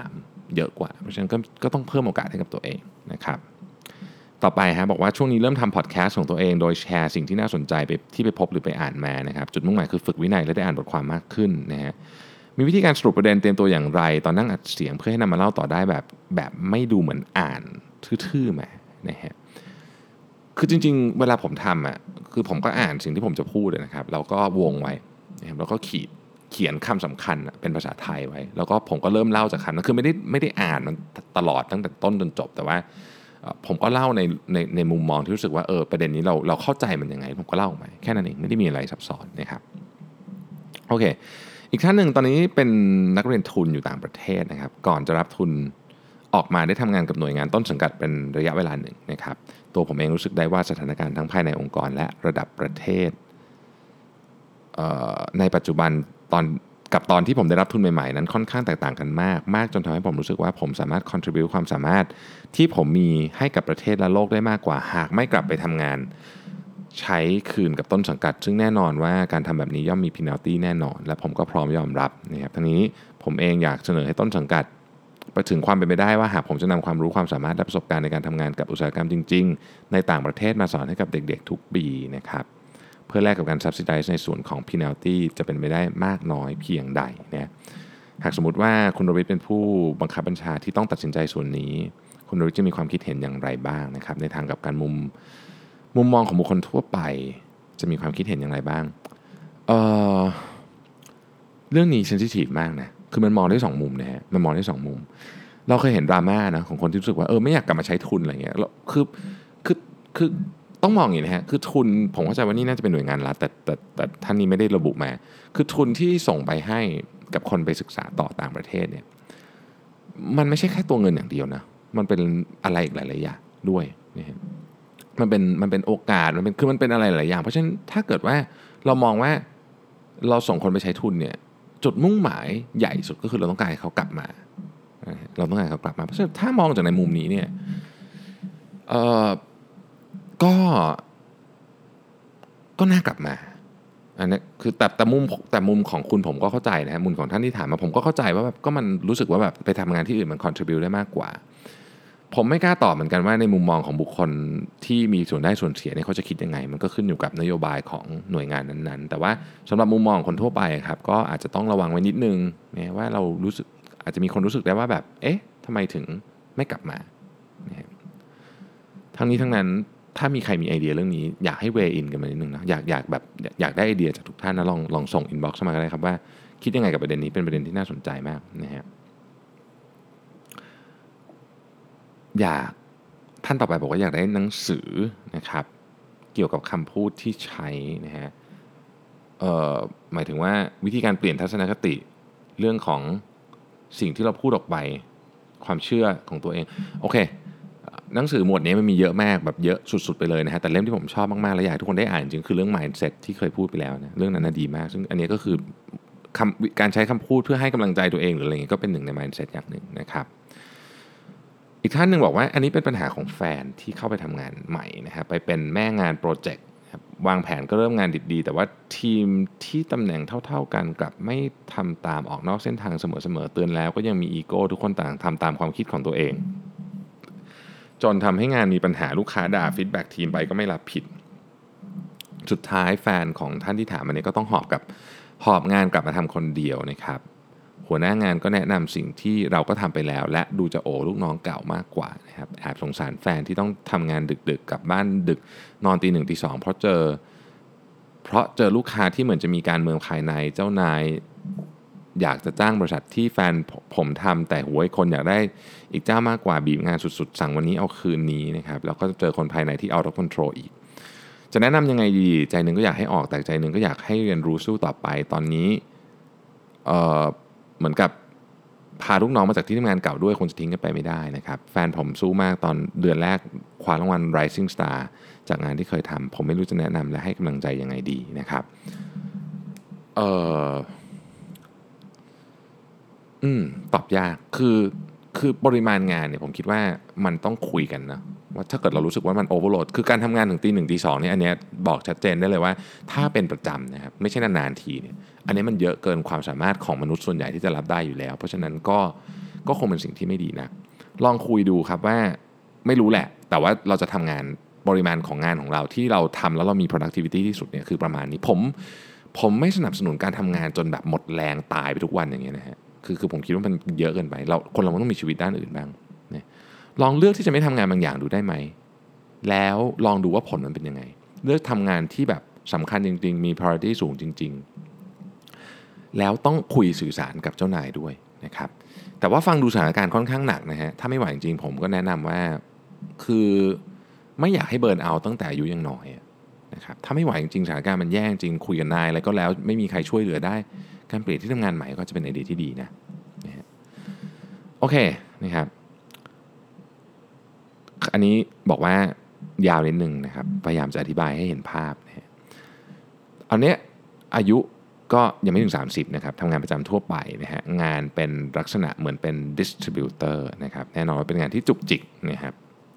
Speaker 2: เยอะกว่าเพราะฉะนั้นก็ต้องเพิ่มโอกาสให้กับตัวเองนะครับต่อไปฮะบอกว่าช่วงนี้เริ่มทำพอดแคสต์ของตัวเองโดยแชร์สิ่งที่น่าสนใจที่ไปพบหรือไปอ่านมานะครับจุดมุ่งหมายคือฝึกวินัยและได้อ่านบทความมากขึ้นนะฮะมีวิธีการสรุปประเด็นเตรียมตัวอย่างไรตอนนั่งอัดเสียงเพื่อให้นำมาเล่าต่อได้แบบไม่ดูเหมือนอ่านทื่อๆมานะฮะคือจริงๆเวลาผมทำอ่ะคือผมก็อ่านสิ่งที่ผมจะพูดนะครับแล้วก็วงไว้นะครับแล้วก็เขียนคำสำคัญเป็นภาษาไทยไว้แล้วก็ผมก็เริ่มเล่าจากคำนั้นคือไม่ได้อ่านมันตลอดตั้งแต่ต้นจนจบแต่ว่าผมก็เล่าในมุมมองที่รู้สึกว่าประเด็นนี้เราเข้าใจมันยังไงผมก็เล่าไปแค่นั้นเองไม่ได้มีอะไรซับซ้อนนะครับโอเคอีกท่านหนึ่งตอนนี้เป็นนักเรียนทุนอยู่ต่างประเทศนะครับก่อนจะรับทุนออกมาได้ทำงานกับหน่วยงานต้นสังกัดเป็นระยะเวลาหนึ่งนะครับตัวผมเองรู้สึกได้ว่าสถานการณ์ทั้งภายในองค์กรและระดับประเทศในปัจจุบันตอนที่ผมได้รับทุนใหม่ๆนั้นค่อนข้างแตกต่างกันมากจนทำให้ผมรู้สึกว่าผมสามารถ contribute ความสามารถที่ผมมีให้กับประเทศและโลกได้มากกว่าหากไม่กลับไปทำงานใช้คืนกับต้นสังกัดซึ่งแน่นอนว่าการทำแบบนี้ย่อมมี penalty แน่นอนและผมก็พร้อมยอมรับนะครับทั้งนี้ผมเองอยากเสนอให้ต้นสังกัดไปถึงความเป็นไปได้ว่าหากผมจะนำความรู้ความสามารถและประสบการณ์ในการทำงานกับอุตสาหกรรมจริงๆในต่างประเทศมาสอนให้กับเด็กๆทุกปีนะครับเพื่อแลกกับการ subsidize ในส่วนของ penalty จะเป็นไปได้มากน้อยเพียงใดนะหากสมมุติว่าคุณรวิทย์เป็นผู้บังคับบัญชาที่ต้องตัดสินใจส่วนนี้คุณรวิทย์จะมีความคิดเห็นอย่างไรบ้างนะครับในทางกับการมุมมองของบุคคลทั่วไปจะมีความคิดเห็นอย่างไรบ้างเรื่องนี้ sensitive มากนะคือมันมองได้2มุมนะฮะมันมองได้2มุมเราเคยเห็นดราม่านะของคนที่รู้สึกว่าไม่อยากกลับมาใช้ทุนอะไรเงี้ยคือต้องมองอย่างนี้นะฮะคือทุนผมเข้าใจว่านี่น่าจะเป็นหน่วยงานรัฐแต่ท่านนี้ไม่ได้ระบุมาคือทุนที่ส่งไปให้กับคนไปศึกษาต่อต่างประเทศเนี่ยมันไม่ใช่แค่ตัวเงินอย่างเดียวนะมันเป็นอะไรอีกหลายๆอย่างด้วยนะฮะมันเป็นโอกาสมันเป็นอะไรหลายอย่างเพราะฉะนั้นถ้าเกิดว่าเรามองว่าเราส่งคนไปใช้ทุนเนี่ยจุดมุ่งหมายใหญ่สุดก็คือเราต้องการให้เขากลับมาเพราะฉะนั้นถ้ามองจากในมุมนี้เนี่ยก็น่ากลับมาอันนี้คือแต่มุมของคุณผมก็เข้าใจนะฮะมุมของท่านที่ถามมาผมก็เข้าใจว่าแบบก็มันรู้สึกว่าแบบไปทำงานที่อื่นมัน contribute ได้มากกว่าผมไม่กล้าตอบเหมือนกันว่าในมุมมองของบุคคลที่มีส่วนได้ส่วนเสียเนี่ยเขาจะคิดยังไงมันก็ขึ้นอยู่กับนโยบายของหน่วยงานนั้นๆแต่ว่าสำหรับมุมมองของคนทั่วไปครับก็อาจจะต้องระวังไว้นิดนึงนะว่าเรารู้สึกอาจจะมีคนรู้สึกได้ว่าแบบทำไมถึงไม่กลับมาทั้งนี้ทั้งนั้นถ้ามีใครมีไอเดียเรื่องนี้อยากให้เวอินกันมานิดนึงนะอยากได้ไอเดียจากทุกท่านนะลองส่งอินบ็อกซ์มาก็ได้ครับว่าคิดยังไงกับประเด็นนี้เป็นประเด็นที่น่าสนใจมากนะฮะท่านต่อไปบอกว่าอยากได้หนังสือนะครับเกี่ยวกับคำพูดที่ใช้นะฮะหมายถึงว่าวิธีการเปลี่ยนทัศนคติเรื่องของสิ่งที่เราพูดออกไปความเชื่อของตัวเองโอเคหนังสือหมวดนี้มันมีเยอะมากแบบเยอะสุดๆไปเลยนะฮะแต่เล่มที่ผมชอบมากๆและอยากให้ทุกคนได้อ่านจริงคือเรื่อง mindset ที่เคยพูดไปแล้วนะเรื่องนั้นดีมากซึ่งอันนี้ก็คือการใช้คำพูดเพื่อให้กำลังใจตัวเองหรืออะไรอย่างนี้ก็เป็นหนึ่งใน mindset อย่างหนึ่งนะครับอีกท่านหนึ่งบอกว่าอันนี้เป็นปัญหาของแฟนที่เข้าไปทำงานใหม่นะครับไปเป็นแม่งานโปรเจกต์วางแผนก็เริ่มงานดีๆแต่ว่าทีมที่ตำแหน่งเท่าๆกันกลับไม่ทำตามออกนอกเส้นทางเสมอๆเตือนแล้วก็ยังมีอีโก้ทุกคนต่างทำตามความคิดของตัวเองจนทำให้งานมีปัญหาลูกค้าด่าฟีดแบ็กทีมไปก็ไม่รับผิดสุดท้ายแฟนของท่านที่ถามอันนี้ก็ต้องหอบงานกลับมาทำคนเดียวนะครับหัวหน้างานก็แนะนำสิ่งที่เราก็ทำไปแล้วและดูจะโอลูกน้องเก่ามากกว่านะครับแอบสงสารแฟนที่ต้องทำงานดึกๆกลับบ้านดึกนอนตี 1 ตี 2เพราะเจอลูกค้าที่เหมือนจะมีการเมืองภายในเจ้านายอยากจะจ้างบริษัทที่แฟนผมทำแต่หัวคนอยากได้อีกเจ้ามากกว่าบีบงานสุดๆสั่งวันนี้เอาคืนนี้นะครับแล้วก็เจอคนภายในที่ out of control อีกจะแนะนำยังไงดีใจหนึ่งก็อยากให้ออกแต่ใจหนึ่งก็อยากให้เรียนรู้สู้ต่อไปตอนนี้เหมือนกับพาลูกน้องมาจากที่ทำงานเก่าด้วยคงจะทิ้งกันไปไม่ได้นะครับแฟนผมสู้มากตอนเดือนแรกคว้ารางวัล Rising Star จากงานที่เคยทำผมไม่รู้จะแนะนำและให้กำลังใจยังไงดีนะครับตอบยากคือปริมาณงานเนี่ยผมคิดว่ามันต้องคุยกันนะว่าถ้าเกิดเรารู้สึกว่ามันโอเวอร์โหลดคือการทำงานถึงตี 1 ตี 2เนี่ยอันเนี้ยบอกชัดเจนได้เลยว่าถ้าเป็นประจำนะครับไม่ใช่นานๆทีเนี่ยอันนี้มันเยอะเกินความสามารถของมนุษย์ส่วนใหญ่ที่จะรับได้อยู่แล้วเพราะฉะนั้นก็ก็คงเป็นสิ่งที่ไม่ดีนะลองคุยดูครับว่าไม่รู้แหละแต่ว่าเราจะทำงานปริมาณของงานของเราที่เราทำแล้วเรามี productivity ที่สุดเนี่ยคือประมาณนี้ผมไม่สนับสนุนการทำงานจนแบบหมดแรงตายไปทุกวันอย่างเงี้ยนะฮะคือผมคิดว่ามันเยอะเกินไปคนเราต้องมีชีวิตด้านอื่นบ้างนะลองเลือกที่จะไม่ทำงานบางอย่างดูได้ไหมแล้วลองดูว่าผลมันเป็นยังไงเลือกทำงานที่แบบสำคัญจริงๆมี priority สูงจริงๆแล้วต้องคุยสื่อสารกับเจ้านายด้วยนะครับแต่ว่าฟังดูสถานการณ์ค่อนข้างหนักนะฮะถ้าไม่ไหวจริงๆผมก็แนะนำว่าคือไม่อยากให้เบิร์นเอาท์ตั้งแต่อายุยังน้อยนะครับถ้าไม่ไหวจริงๆสถานการณ์มันแย่จริงคุยกับนายอะไรก็แล้วไม่มีใครช่วยเหลือได้การเปลี่ยนที่ทำงานใหม่ก็จะเป็นไอเดียที่ดีนะโอเคนะครับอันนี้บอกว่ายาวนิดนึงนะครับพยายามจะอธิบายให้เห็นภาพนะฮะอันเนี้ยอายุก็ยังไม่ถึง30นะครับทำงานประจำทั่วไปนะฮะงานเป็นลักษณะเหมือนเป็นดิสทริบิวเตอร์นะครับแน่นอนว่าเป็นงานที่จุกจิกนะครับ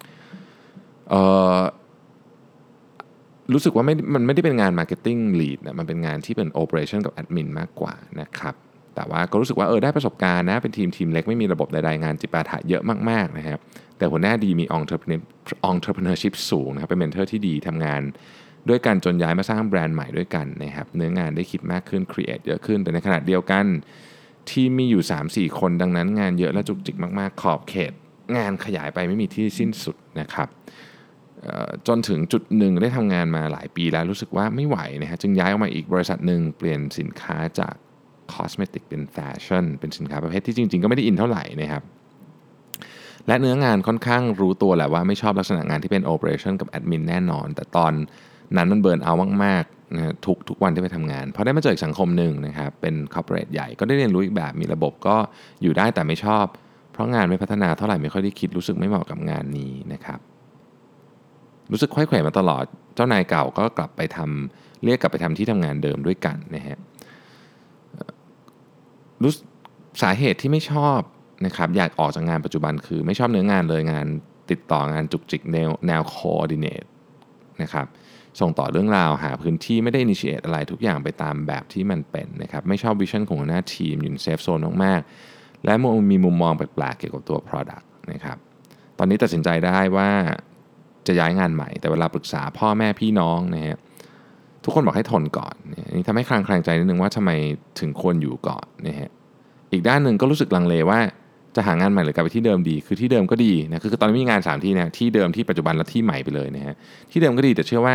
Speaker 2: รู้สึกว่ามันไม่ได้เป็นงาน Marketing Lead นะมันเป็นงานที่เป็น Operation กับ Admin มากกว่านะครับแต่ว่าก็รู้สึกว่าได้ประสบการณ์นะเป็นทีมเล็กไม่มีระบบใดๆงานจิปาถะเยอะมากๆนะครับแต่หัวหน้าดีมี entrepreneurship สูงนะครับเป็นเมนเทอร์ที่ดีทำงานด้วยกันจนย้ายมาสร้างแบรนด์ใหม่ด้วยกันนะครับเนื้องานได้คิดมากขึ้น create เยอะขึ้นแต่ในขณะเดียวกันทีมมีอยู่ 3-4 คนดังนั้นงานเยอะและจุกจิกมากๆขอบเขตงานขยายไปไม่มีที่สิ้นสุดนะครับจนถึงจุดหนึ่งได้ทำงานมาหลายปีแล้วรู้สึกว่าไม่ไหวนะฮะจึงย้ายออกมาอีกบริษัทหนึ่งเปลี่ยนสินค้าจากคอสเมติกเป็นแฟชั่นเป็นสินค้าประเภทที่จริงๆก็ไม่ได้อินเท่าไหร่นะครับและเนื้องานค่อนข้างรู้ตัวแหละว่าไม่ชอบลักษณะงานที่เป็นโอเปอเรชั่นกับแอดมินแน่นอนแต่ตอนนั้นมันเบิร์นเอามากๆนะทุกวันที่ไปทำงานพอได้มาเจอสังคมหนึ่งนะครับเป็นคอร์ปอเรทใหญ่ก็ได้เรียนรู้อีกแบบมีระบบก็อยู่ได้แต่ไม่ชอบเพราะงานไม่พัฒนาเท่าไหร่ไม่ค่อยได้คิดรู้สึกไม่เหมาะกับงานนี้นะครับรู้สึกไขว้เขวมาตลอดเจ้านายเก่าก็เรียกกลับไปทำที่ทำงานเดิมด้วยกันนะฮะสาเหตุที่ไม่ชอบนะครับอยากออกจากงานปัจจุบันคือไม่ชอบเนื้องานเลยงานติดต่องานจุกจิกแนว coordinate นะครับส่งต่อเรื่องราวหาพื้นที่ไม่ได้ initiate อะไรทุกอย่างไปตามแบบที่มันเป็นนะครับไม่ชอบวิชั่นของหัวหน้าทีมอยู่ในเซฟโซนมากๆและมีมุมมองแปลกๆเกี่ยวกับตัว product นะครับตอนนี้ตัดสินใจได้ว่าจะย้ายงานใหม่แต่เวลาปรึกษาพ่อแม่พี่น้องนะฮะทุกคนบอกให้ทนก่อนนี่ทำให้คลางแคลงใจนิดนึงว่าทำไมถึงควรอยู่ก่อนนะฮะอีกด้านหนึ่งก็รู้สึกลังเลว่าจะหางานใหม่หรือกลับไปที่เดิมดีคือที่เดิมก็ดีนะคือตอนนี้มีงาน3ที่นะที่เดิมที่ปัจจุบันและที่ใหม่ไปเลยนะฮะที่เดิมก็ดีแต่เชื่อว่า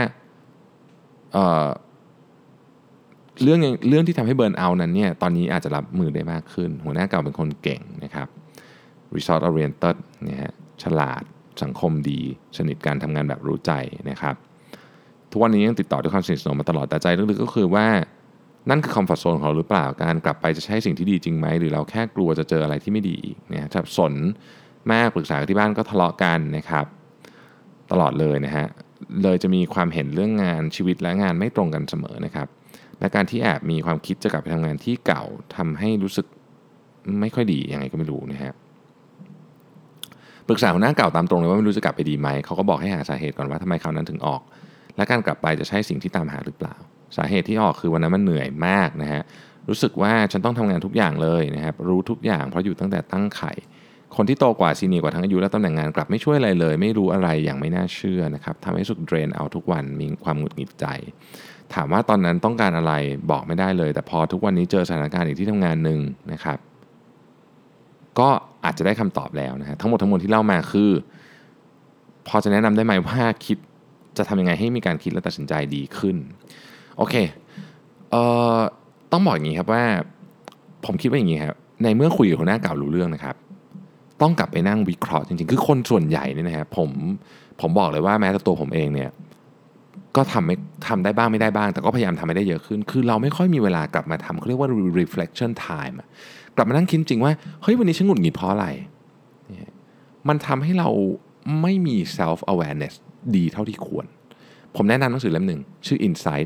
Speaker 2: เรื่องที่ทำให้เบิร์นเอาท์นั้นเนี่ยตอนนี้อาจจะรับมือได้มากขึ้นหัวหน้าเก่าเป็นคนเก่งนะครับ result oriented นะฮะฉลาดสังคมดีสนิทกันทำงานแบบรู้ใจนะครับทุกวันนี้ยังติดต่อด้วยความสนิทสนมมาตลอดแต่ใจลึกๆก็คือว่านั่นคือคอมฟอร์ตโซนของเราหรือเปล่าการกลับไปจะใช้สิ่งที่ดีจริงไหมหรือเราแค่กลัวจะเจออะไรที่ไม่ดีอีกเนี่ยสับสนมากปรึกษาที่บ้านก็ทะเลาะกันนะครับตลอดเลยนะฮะเลยจะมีความเห็นเรื่องงานชีวิตและงานไม่ตรงกันเสมอนะครับและการที่แอบมีความคิดจะกลับไปทำงานที่เก่าทำให้รู้สึกไม่ค่อยดียังไงก็ไม่รู้นะฮะปรึกษาหัวหน้าเก่าตามตรงเลยว่าไม่รู้จะกลับไปดีไหมเขาก็บอกให้หาสาเหตุก่อนว่าทำไมเขานั้นถึงออกและการกลับไปจะใช่สิ่งที่ตามหาหรือเปล่าสาเหตุที่ออกคือวันนั้นมันเหนื่อยมากนะฮะรู้สึกว่าฉันต้องทำงานทุกอย่างเลยนะครับรู้ทุกอย่างเพราะอยู่ตั้งแต่ตั้งไข่คนที่โตกว่าซีเนียร์กว่าทั้งอายุและตำแหน่งงานกลับไม่ช่วยอะไรเลยไม่รู้อะไรอย่างไม่น่าเชื่อนะครับทำให้รู้สึกเดรนเอาทุกวันมีความหงุดหงิดใจถามว่าตอนนั้นต้องการอะไรบอกไม่ได้เลยแต่พอทุกวันนี้เจอสถานการณ์อีกที่ทำงานหนึ่งนะครับก็อาจจะได้คำตอบแล้วนะฮะทั้งหมดที่เล่ามาคือพอจะแนะนำได้ไหมว่าคิดจะทำยังไงให้มีการคิดและตัดสินใจดีขึ้นโอเคต้องบอกอย่างนี้ครับว่าผมคิดว่าอย่างนี้ครับในเมื่อคุยกับหัวหน้าเก่ารู้เรื่องนะครับต้องกลับไปนั่งวิเคราะห์จริงๆคือคนส่วนใหญ่เนี่ยนะครับผมบอกเลยว่าแม้แต่ตัวผมเองเนี่ยก็ทำได้บ้างไม่ได้บ้างแต่ก็พยายามทำให้ได้เยอะขึ้นคือเราไม่ค่อยมีเวลากลับมาทำเขาเรียกว่า reflection time กลับมานั่งคิดจริงว่าเฮ้ยวันนี้ฉันหงุดหงิดเพราะอะไรมันทำให้เราไม่มี self awareness ดีเท่าที่ควรผมแนะนำหนังสือเล่มหนึ่งชื่อ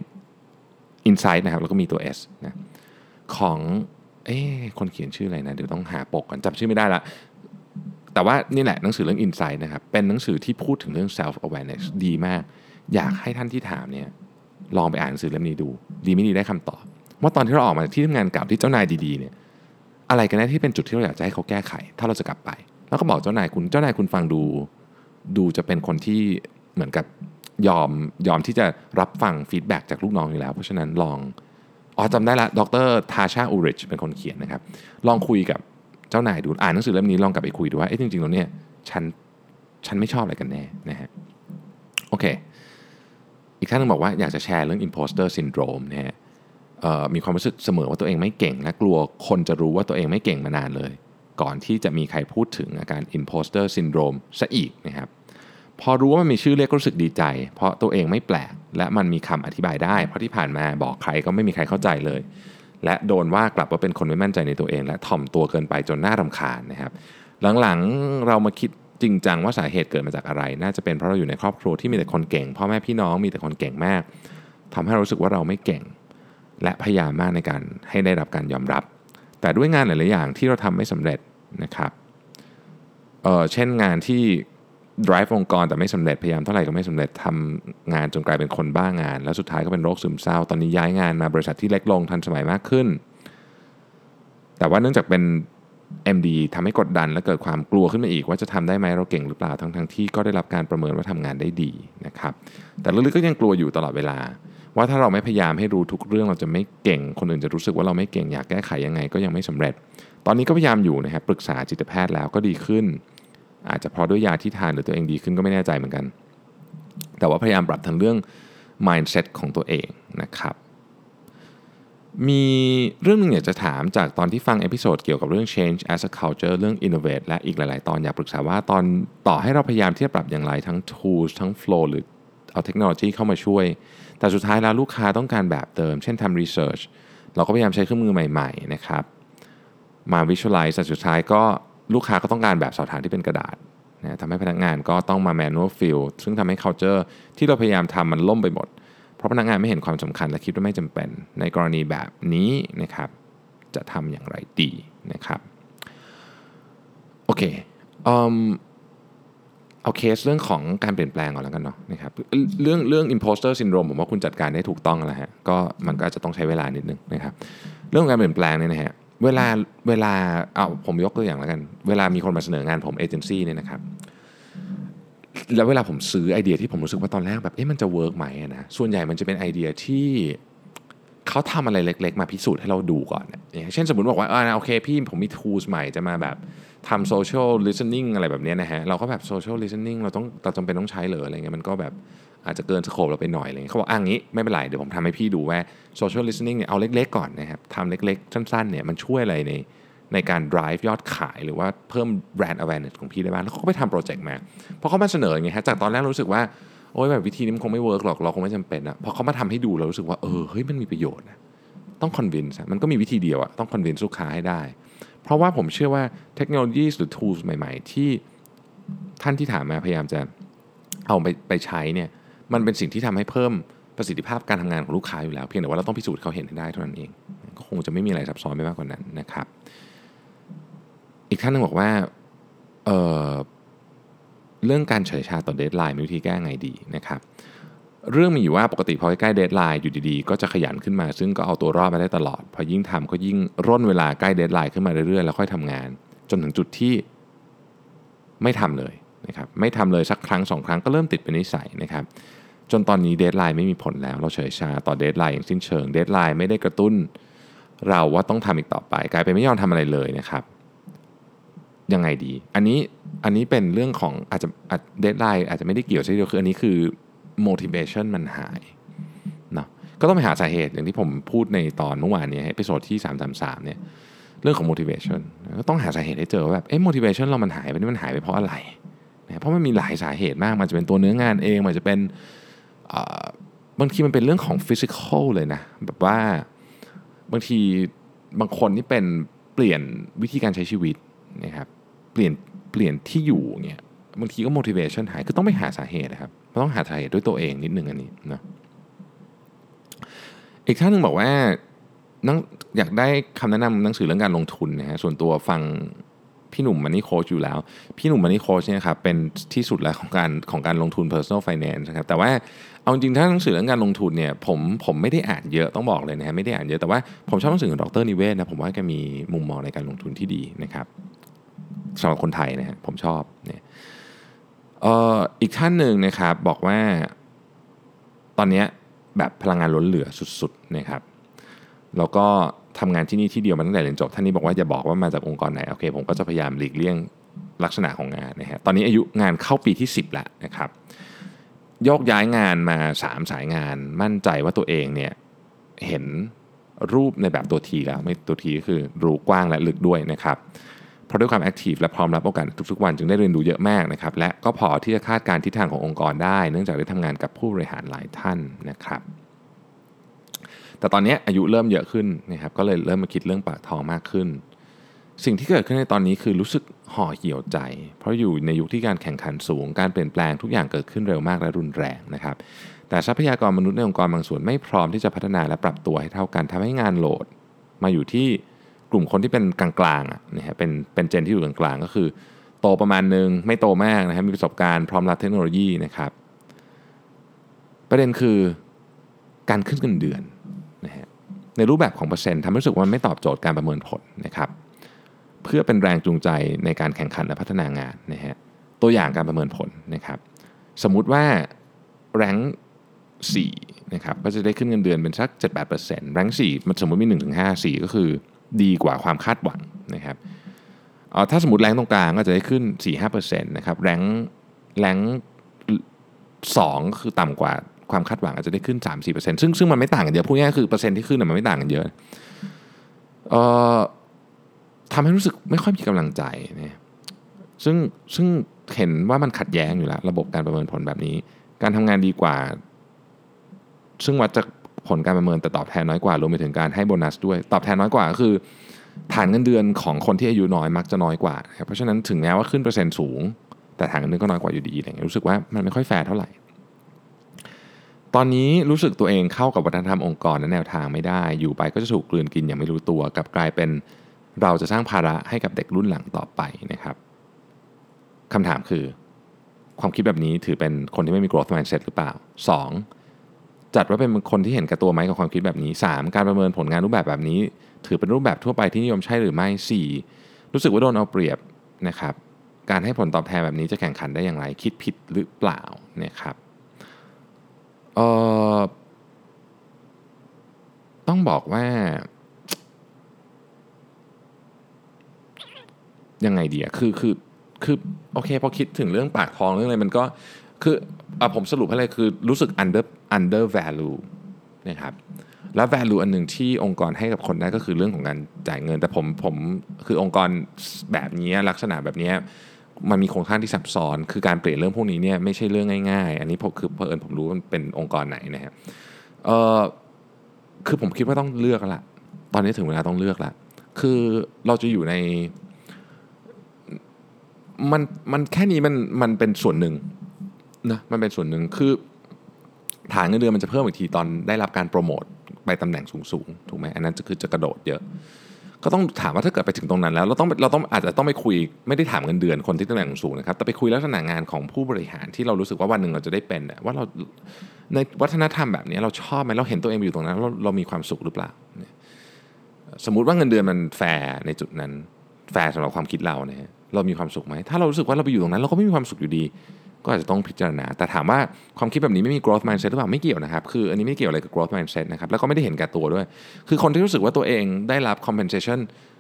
Speaker 2: Insight นะครับแล้วก็มีตัว S นะของคนเขียนชื่ออะไรนะเดี๋ยวต้องหาปกก่อนจำชื่อไม่ได้ละแต่ว่านี่แหละหนังสือเรื่อง Insight นะครับเป็นหนังสือที่พูดถึงเรื่อง self awareness ดีมากอยากให้ท่านที่ถามเนี่ยลองไปอ่านหนังสือเล่มนี้ดูดีไม่ดีได้คำตอบว่าตอนที่เราออกมาที่ทำงานเก่าที่เจ้านายดีๆเนี่ยอะไรกันแน่ที่เป็นจุดที่เราอยากจะให้เขาแก้ไขถ้าเราจะกลับไปแล้วก็บอกเจ้านายคุณฟังดูจะเป็นคนที่เหมือนกับยอมที่จะรับฟังฟีดแบ็กจากลูกน้องอยู่แล้วเพราะฉะนั้นลองจำได้ละดร.ทาชาอูริชเป็นคนเขียนนะครับลองคุยกับเจ้านายดูอ่านหนังสือเล่มนี้ลองกลับไปคุยดูว่าจริงๆแล้วเนี่ยฉันไม่ชอบอะไรกันแน่นะฮะโอเคอีกท่านนึงบอกว่าอยากจะแชร์เรื่อง imposter syndrome นะฮะมีความรู้สึกเสมอว่าตัวเองไม่เก่งและกลัวคนจะรู้ว่าตัวเองไม่เก่งมานานเลยก่อนที่จะมีใครพูดถึงอาการ imposter syndrome ซะอีกนะครับพอรู้ว่ามันมีชื่อเรียกรู้สึกดีใจเพราะตัวเองไม่แปลกและมันมีคำอธิบายได้เพราะที่ผ่านมาบอกใครก็ไม่มีใครเข้าใจเลยและโดนว่ากลับว่าเป็นคนไม่มั่นใจในตัวเองและถ่อมตัวเกินไปจนน่ารำคาญนะครับหลังๆเรามาคิดจริงจังว่าสาเหตุเกิดมาจากอะไรน่าจะเป็นเพราะเราอยู่ในครอบครัวที่มีแต่คนเก่งพ่อแม่พี่น้องมีแต่คนเก่งมากทำให้เรารู้สึกว่าเราไม่เก่งและพยายามมากในการให้ได้รับการยอมรับแต่ด้วยงานหลายๆอย่างที่เราทำไม่สำเร็จนะครับเช่นงานที่ drive องค์กรแต่ไม่สำเร็จพยายามเท่าไหร่ก็ไม่สำเร็จทำงานจนกลายเป็นคนบ้างานแล้วสุดท้ายก็เป็นโรคซึมเศร้าตอนนี้ย้ายงานมาบริษัทที่เล็กลงทันสมัยมากขึ้นแต่ว่าเนื่องจากเป็น MD ทำให้กดดันและเกิดความกลัวขึ้นมาอีกว่าจะทำได้ไหมเราเก่งหรือเปล่าทั้งที่ก็ได้รับการประเมินว่าทำงานได้ดีนะครับแต่ลึกๆก็ยังกลัวอยู่ตลอดเวลาว่าถ้าเราไม่พยายามให้รู้ทุกเรื่องเราจะไม่เก่งคนอื่นจะรู้สึกว่าเราไม่เก่งอยากแก้ไขยังไงก็ยังไม่สำเร็จตอนนี้ก็พยายามอยู่นะครับปรึกษาจิตแพทย์แล้วก็ดีขึ้นอาจจะเพราะด้วยยาที่ทานหรือตัวเองดีขึ้นก็ไม่แน่ใจเหมือนกันแต่ว่าพยายามปรับทั้งเรื่อง mindset ของตัวเองนะครับมีเรื่องนึงอยากจะถามจากตอนที่ฟังเอพิโซดเกี่ยวกับเรื่อง change as a culture เรื่อง innovate และอีกหลายๆตอนอยากปรึกษาว่าตอนต่อให้เราพยายามที่จะปรับอย่างไรทั้ง tools ทั้ง flow หรือเอาเทคโนโลยีเข้ามาช่วยแต่สุดท้ายแล้วลูกค้าต้องการแบบเดิมเช่นทำ research เราก็พยายามใช้เครื่องมือใหม่ๆนะครับมา visualize แต่สุดท้ายก็ลูกค้าก็ต้องการแบบสอบถามที่เป็นกระดาษนะทำให้พนักงานก็ต้องมา manual fill ซึ่งทำให้ culture ที่เราพยายามทำมันล่มไปหมดเพราะพนักงานไม่เห็นความสำคัญและคิดว่าไม่จำเป็นในกรณีแบบนี้นะครับจะทำอย่างไรดีนะครับโอเคเอาเคสเรื่องของการเปลี่ยนแปลงก่อนแล้วกันเนาะนะครับเรื่อง imposter syndrome ผมว่าคุณจัดการได้ถูกต้องแล้วฮะก็มันก็จะต้องใช้เวลานิดนึงนะครับเรื่องการเปลี่ยนแปลงเนี่ยนะฮะเวลาผมยกตัวอย่างแล้วกันเวลามีคนมาเสนองานผมเอเจนซี่เนี่ยนะครับแล้วเวลาผมซื้อไอเดียที่ผมรู้สึกว่าตอนแรกแบบมันจะเวิร์กไหมนะส่วนใหญ่มันจะเป็นไอเดียที่เขาทำอะไรเล็กๆมาพิสูจน์ให้เราดูก่อนเช่นสมมติบอกว่าโอเคพี่ผมมี tools ใหม่จะมาแบบทำ social listening อะไรแบบนี้นะฮะเราก็แบบ social listening เราจำเป็นต้องใช้เหรออะไรเงี้ยมันก็แบบอาจจะเกินสโคปเราไปหน่อยอะไรเงี้ยเขาบอกงี้ไม่เป็นไรเดี๋ยวผมทำให้พี่ดูว่า social listening เนี่ยเอาเล็กๆก่อนนะครับทำเล็กๆสั้นๆเนี่ยมันช่วยอะไรในการ drive ยอดขายหรือว่าเพิ่ม brand awareness ของพี่ได้บ้างแล้วเขาก็ไปทำโปรเจกต์มาพอเขามาเสนออย่างเงี้ยฮะจากตอนแรกรู้สึกว่าโอ๊ยแบบวิธีนี้มันคงไม่เวิร์กหรอกเราคงไม่จำเป็นนะพอเขามาทำให้ดูเรารู้สึกว่าเฮ้ยมันมีประโยชน์นะต้อง convince มันก็มีวิธีเดียวอะต้อง convince ลูกค้าให้ได้เพราะว่าผมเชื่อว่าเทคโนโลยีหรือ tools ใหม่ๆที่ท่านที่ถามมาพยายามจะเอาไปใช้เนี่ยมันเป็นสิ่งที่ทำให้เพิ่มประสิทธิภาพการทำงานของลูกค้าอยู่แล้วเพียงแต่ว่าเราต้องพิสูจน์เขาเห็นให้ได้เท่านั้นเองก็คงจะไม่มีอะไรซับซ้อนไปมากกว่านั้นนะครับอีกท่านนึงบอกว่าเรื่องการเฉยชาต่อเดดไลน์มีวิธีแก้ไงดีนะครับเรื่องมีอยู่ว่าปกติพอใกล้เดดไลน์อยู่ดีๆก็จะขยันขึ้นมาซึ่งก็เอาตัวรอดมาได้ตลอดพอยิ่งทำก็ยิ่งร่นเวลาใกล้เดดไลน์ขึ้นมาเรื่อยๆแล้วค่อยทำงานจนถึงจุดที่ไม่ทำเลยนะครับไม่ทำเลยสักครั้ง2ครั้งก็เริ่มติดเป็นนิสัยนะครับจนตอนนี้เดดไลน์ไม่มีผลแล้วเราเฉยชาต่อเดดไลน์อย่างสิ้นเชิงเดดไลน์ไม่ได้กระตุ้นเราว่าต้องทำอีกต่อไปกลายเป็นไม่ยอมทำอะไรเลยนะครับยังไงดีอันนี้เป็นเรื่องของอาจจะเดดไลน์อาจจะไม่ได้เกี่ยวซะทีเดียวคืออันนี้คือ motivation มันหายเนาะก็ต้องไปหาสาเหตุอย่างที่ผมพูดในตอนเมื่อวานนี้เอพิโซดที่333เนี่ยเรื่องของ motivation ก็ต้องหาสาเหตุให้เจอว่าแบบmotivation เรามันหายไปนี่มันหายไปเพราะอะไรนะเพราะมันมีหลายสาเหตุมากมันจะเป็นตัวเนื้องานเองมันจะเป็นบางทีมันเป็นเรื่องของ physical เลยนะแบบว่าบางทีบางคนนี่เป็นเปลี่ยนวิธีการใช้ชีวิตนะครับเปลี่ยนที่อยู่เนี่ยบางทีก็ motivation หายคือต้องไปหาสาเหตุนะครับต้องหาสาเหตุด้วยตัวเองนิดนึงอันนี้นะอีกท่านนึงบอกว่าอยากได้คำแนะนำหนังสือเรื่องการลงทุนนะฮะส่วนตัวฟังพี่หนุ่มมันนี่โค้ชอยู่แล้วพี่หนุ่มมันนี่โค้ชเนี่ยครับเป็นที่สุดแล้วของการลงทุน personal finance นะครับแต่ว่าเอาจริงถ้าหนังสือเรื่องการลงทุนเนี่ยผมไม่ได้อ่านเยอะต้องบอกเลยนะฮะไม่ได้อ่านเยอะแต่ว่าผมชอบหนังสือของดร.นิเวศนะผมว่าแกมีมุมมองในการลงทุนที่ดีนะครับสำหรับคนไทยนะฮะผมชอบเนี่ยอีกท่านหนึ่งนะครับบอกว่าตอนนี้แบบพลังงานล้นเหลือสุดๆนะครับแล้วก็ทำงานที่นี่ที่เดียวมาตั้งแต่เรียนจบท่านนี้บอกว่าอย่าบอกว่ามาจากองค์กรไหนโอเคผมก็จะพยายามหลีกเลี่ยงลักษณะของงานนะฮะตอนนี้อายุงานเข้าปีที่10แล้วนะครับโยกย้ายงานมา3สายงานมั่นใจว่าตัวเองเนี่ยเห็นรูปในแบบตัวทีแล้วไม่ตัวทีก็คือรู้กว้างและลึกด้วยนะครับเพราะด้วยความแอคทีฟและพร้อมรับโอกาสทุกๆวันจึงได้เรียนรู้เยอะมากนะครับและก็พอที่จะคาดการณ์ทิศทางขององค์กรได้เนื่องจากได้ทำงานกับผู้บริหารหลายท่านนะครับแต่ตอนนี้อายุเริ่มเยอะขึ้นนะครับก็เลยเริ่มมาคิดเรื่องปากท้องมากขึ้นสิ่งที่เกิดขึ้นในตอนนี้คือรู้สึกห่อเหี่ยวใจเพราะอยู่ในยุคที่การแข่งขันสูงการเปลี่ยนแปลงทุกอย่างเกิดขึ้นเร็วมากและรุนแรงนะครับแต่ทรัพยากรมนุษย์ในองค์กรบางส่วนไม่พร้อมที่จะพัฒนาและปรับตัวให้เท่ากันทำให้งานโหลดมาอยู่ที่กลุ่มคนที่เป็นกลางๆนะฮะเป็นเจนที่อยู่กลางๆก็คือโตประมาณนึงไม่โตมากนะครับมีประสบการณ์พร้อมรับเทคโนโลยีนะครับประเด็นคือการขึ้นเงินเดือนนะฮะในรูปแบบของเปอร์เซ็นต์ทำให้รู้สึกว่ามันไม่ตอบโจทย์การประเมินผลนะครับเพื่อเป็นแรงจูงใจในการแข่งขันและพัฒนางานนะฮะตัวอย่างการประเมินผลนะครับสมมุติว่าแรงค์4นะครับก็จะได้ขึ้นเงินเดือนเป็นสัก 7-8% แรงค์4มันสมมุติมี 1-5 4ก็คือดีกว่าความคาดหวังนะครับถ้าสมมุติแรงค์ตรงกลางก็จะได้ขึ้น 4-5% นะครับแรงค์2คือต่ำกว่าความคาดหวังอาจจะได้ขึ้น 3-4% ซึ่งมันไม่ต่างกันเยอะพูดง่ายๆคือเปอร์เซ็นต์ที่ขึ้นมันไม่ต่างกันเยอะทำให้รู้สึกไม่ค่อยมีกำลังใจนะซึ่งเห็นว่ามันขัดแย้งอยู่แล้วระบบการประเมินผลแบบนี้การทำงานดีกว่าซึ่งวัดจากผลการประเมินแต่ตอบแทนน้อยกว่ารวมไปถึงการให้โบนัสด้วยตอบแทนน้อยกว่าก็คือฐานเงินเดือนของคนที่อายุน้อยมักจะน้อยกว่าเพราะฉะนั้นถึงแม้ว่าขึ้นเปอร์เซ็นต์สูงแต่ฐานเงินเดือนก็น้อยกว่าอยู่ดีอะไรเงี้ยรู้สึกว่ามันไม่ค่อยแฟร์เท่าไหร่ตอนนี้รู้สึกตัวเองเข้ากับวัฒนธรรมองค์กรและแนวทางไม่ได้อยู่ไปก็จะถูกกลืนกินอย่างไม่รู้ตัวกับกลายเป็นเราจะสร้างภาระให้กับเด็กรุ่นหลังต่อไปนะครับคำถามคือความคิดแบบนี้ถือเป็นคนที่ไม่มี growth mindset หรือเปล่า 2. จัดว่าเป็นคนที่เห็นแก่ตัวไหมกับความคิดแบบนี้ 3. การประเมินผลงานรูปแบบนี้ถือเป็นรูปแบบทั่วไปที่นิยมใช่หรือไม่ 4. รู้สึกว่าโดนเอาเปรียบนะครับการให้ผลตอบแทนแบบนี้จะแข่งขันได้อย่างไรคิดผิดหรือเปล่านะครับต้องบอกว่ายังไงดีอะคือโอเคพอคิดถึงเรื่องปากท้องเรื่องอะไรมันก็คือผมสรุปให้เลยคือรู้สึก under value นะครับแล้ว value อันหนึ่งที่องค์กรให้กับคนได้ก็คือเรื่องของการจ่ายเงินแต่ผมคือองค์กรแบบนี้ลักษณะแบบนี้มันมีโครงสร้างที่ซับซ้อนคือการเปลี่ยนเรื่องพวกนี้เนี่ยไม่ใช่เรื่องง่ายๆอันนี้คือเผอิญผมรู้ว่ามันเป็นองค์กรไหนนะครับคือผมคิดว่าต้องเลือกละตอนนี้ถึงเวลาต้องเลือกละคือเราจะอยู่ในมันแค่นี้มันเป็นส่วนหนึ่งนะมันเป็นส่วนหนึ่งคือฐานเงินเดือนมันจะเพิ่มอีกทีตอนได้รับการโปรโมทไปตำแหน่งสูงๆถูกไหมอันนั้นจะกระโดดเยอะก็ต้องถามว่าถ้าเกิดไปถึงตรงนั้นแล้วเราต้องอาจจะต้องไปคุยไม่ได้ถามเงินเดือนคนที่ตำแหน่งสูงนะครับแต่ไปคุยลักษณะงานของผู้บริหารที่เรารู้สึกว่าวันหนึ่งเราจะได้เป็นว่าเราในวัฒนธรรมแบบนี้เราชอบไหมเราเห็นตัวเองอยู่ตรงนั้นเรามีความสุขหรือเปล่าสมมุติว่าเงินเดือนมันแฟร์ในจุดนั้นแฟร์สำหรับความคิดเราเนี่ยเรามีความสุขไหมถ้าเรารู้สึกว่าเราไปอยู่ตรงนั้นเราก็ไม่มีความสุขอยู่ดีก็อาจจะต้องพิจารณาแต่ถามว่าความคิดแบบนี้ไม่มี growth mindset หรือเปล่าไม่เกี่ยวนะครับคืออันนี้ไม่เกี่ยวอะไรกับ growth mindset นะครับแล้วก็ไม่ได้เห็นแก่ตัวด้วยคือคนที่รู้สึกว่าตัวเองได้รับ compensation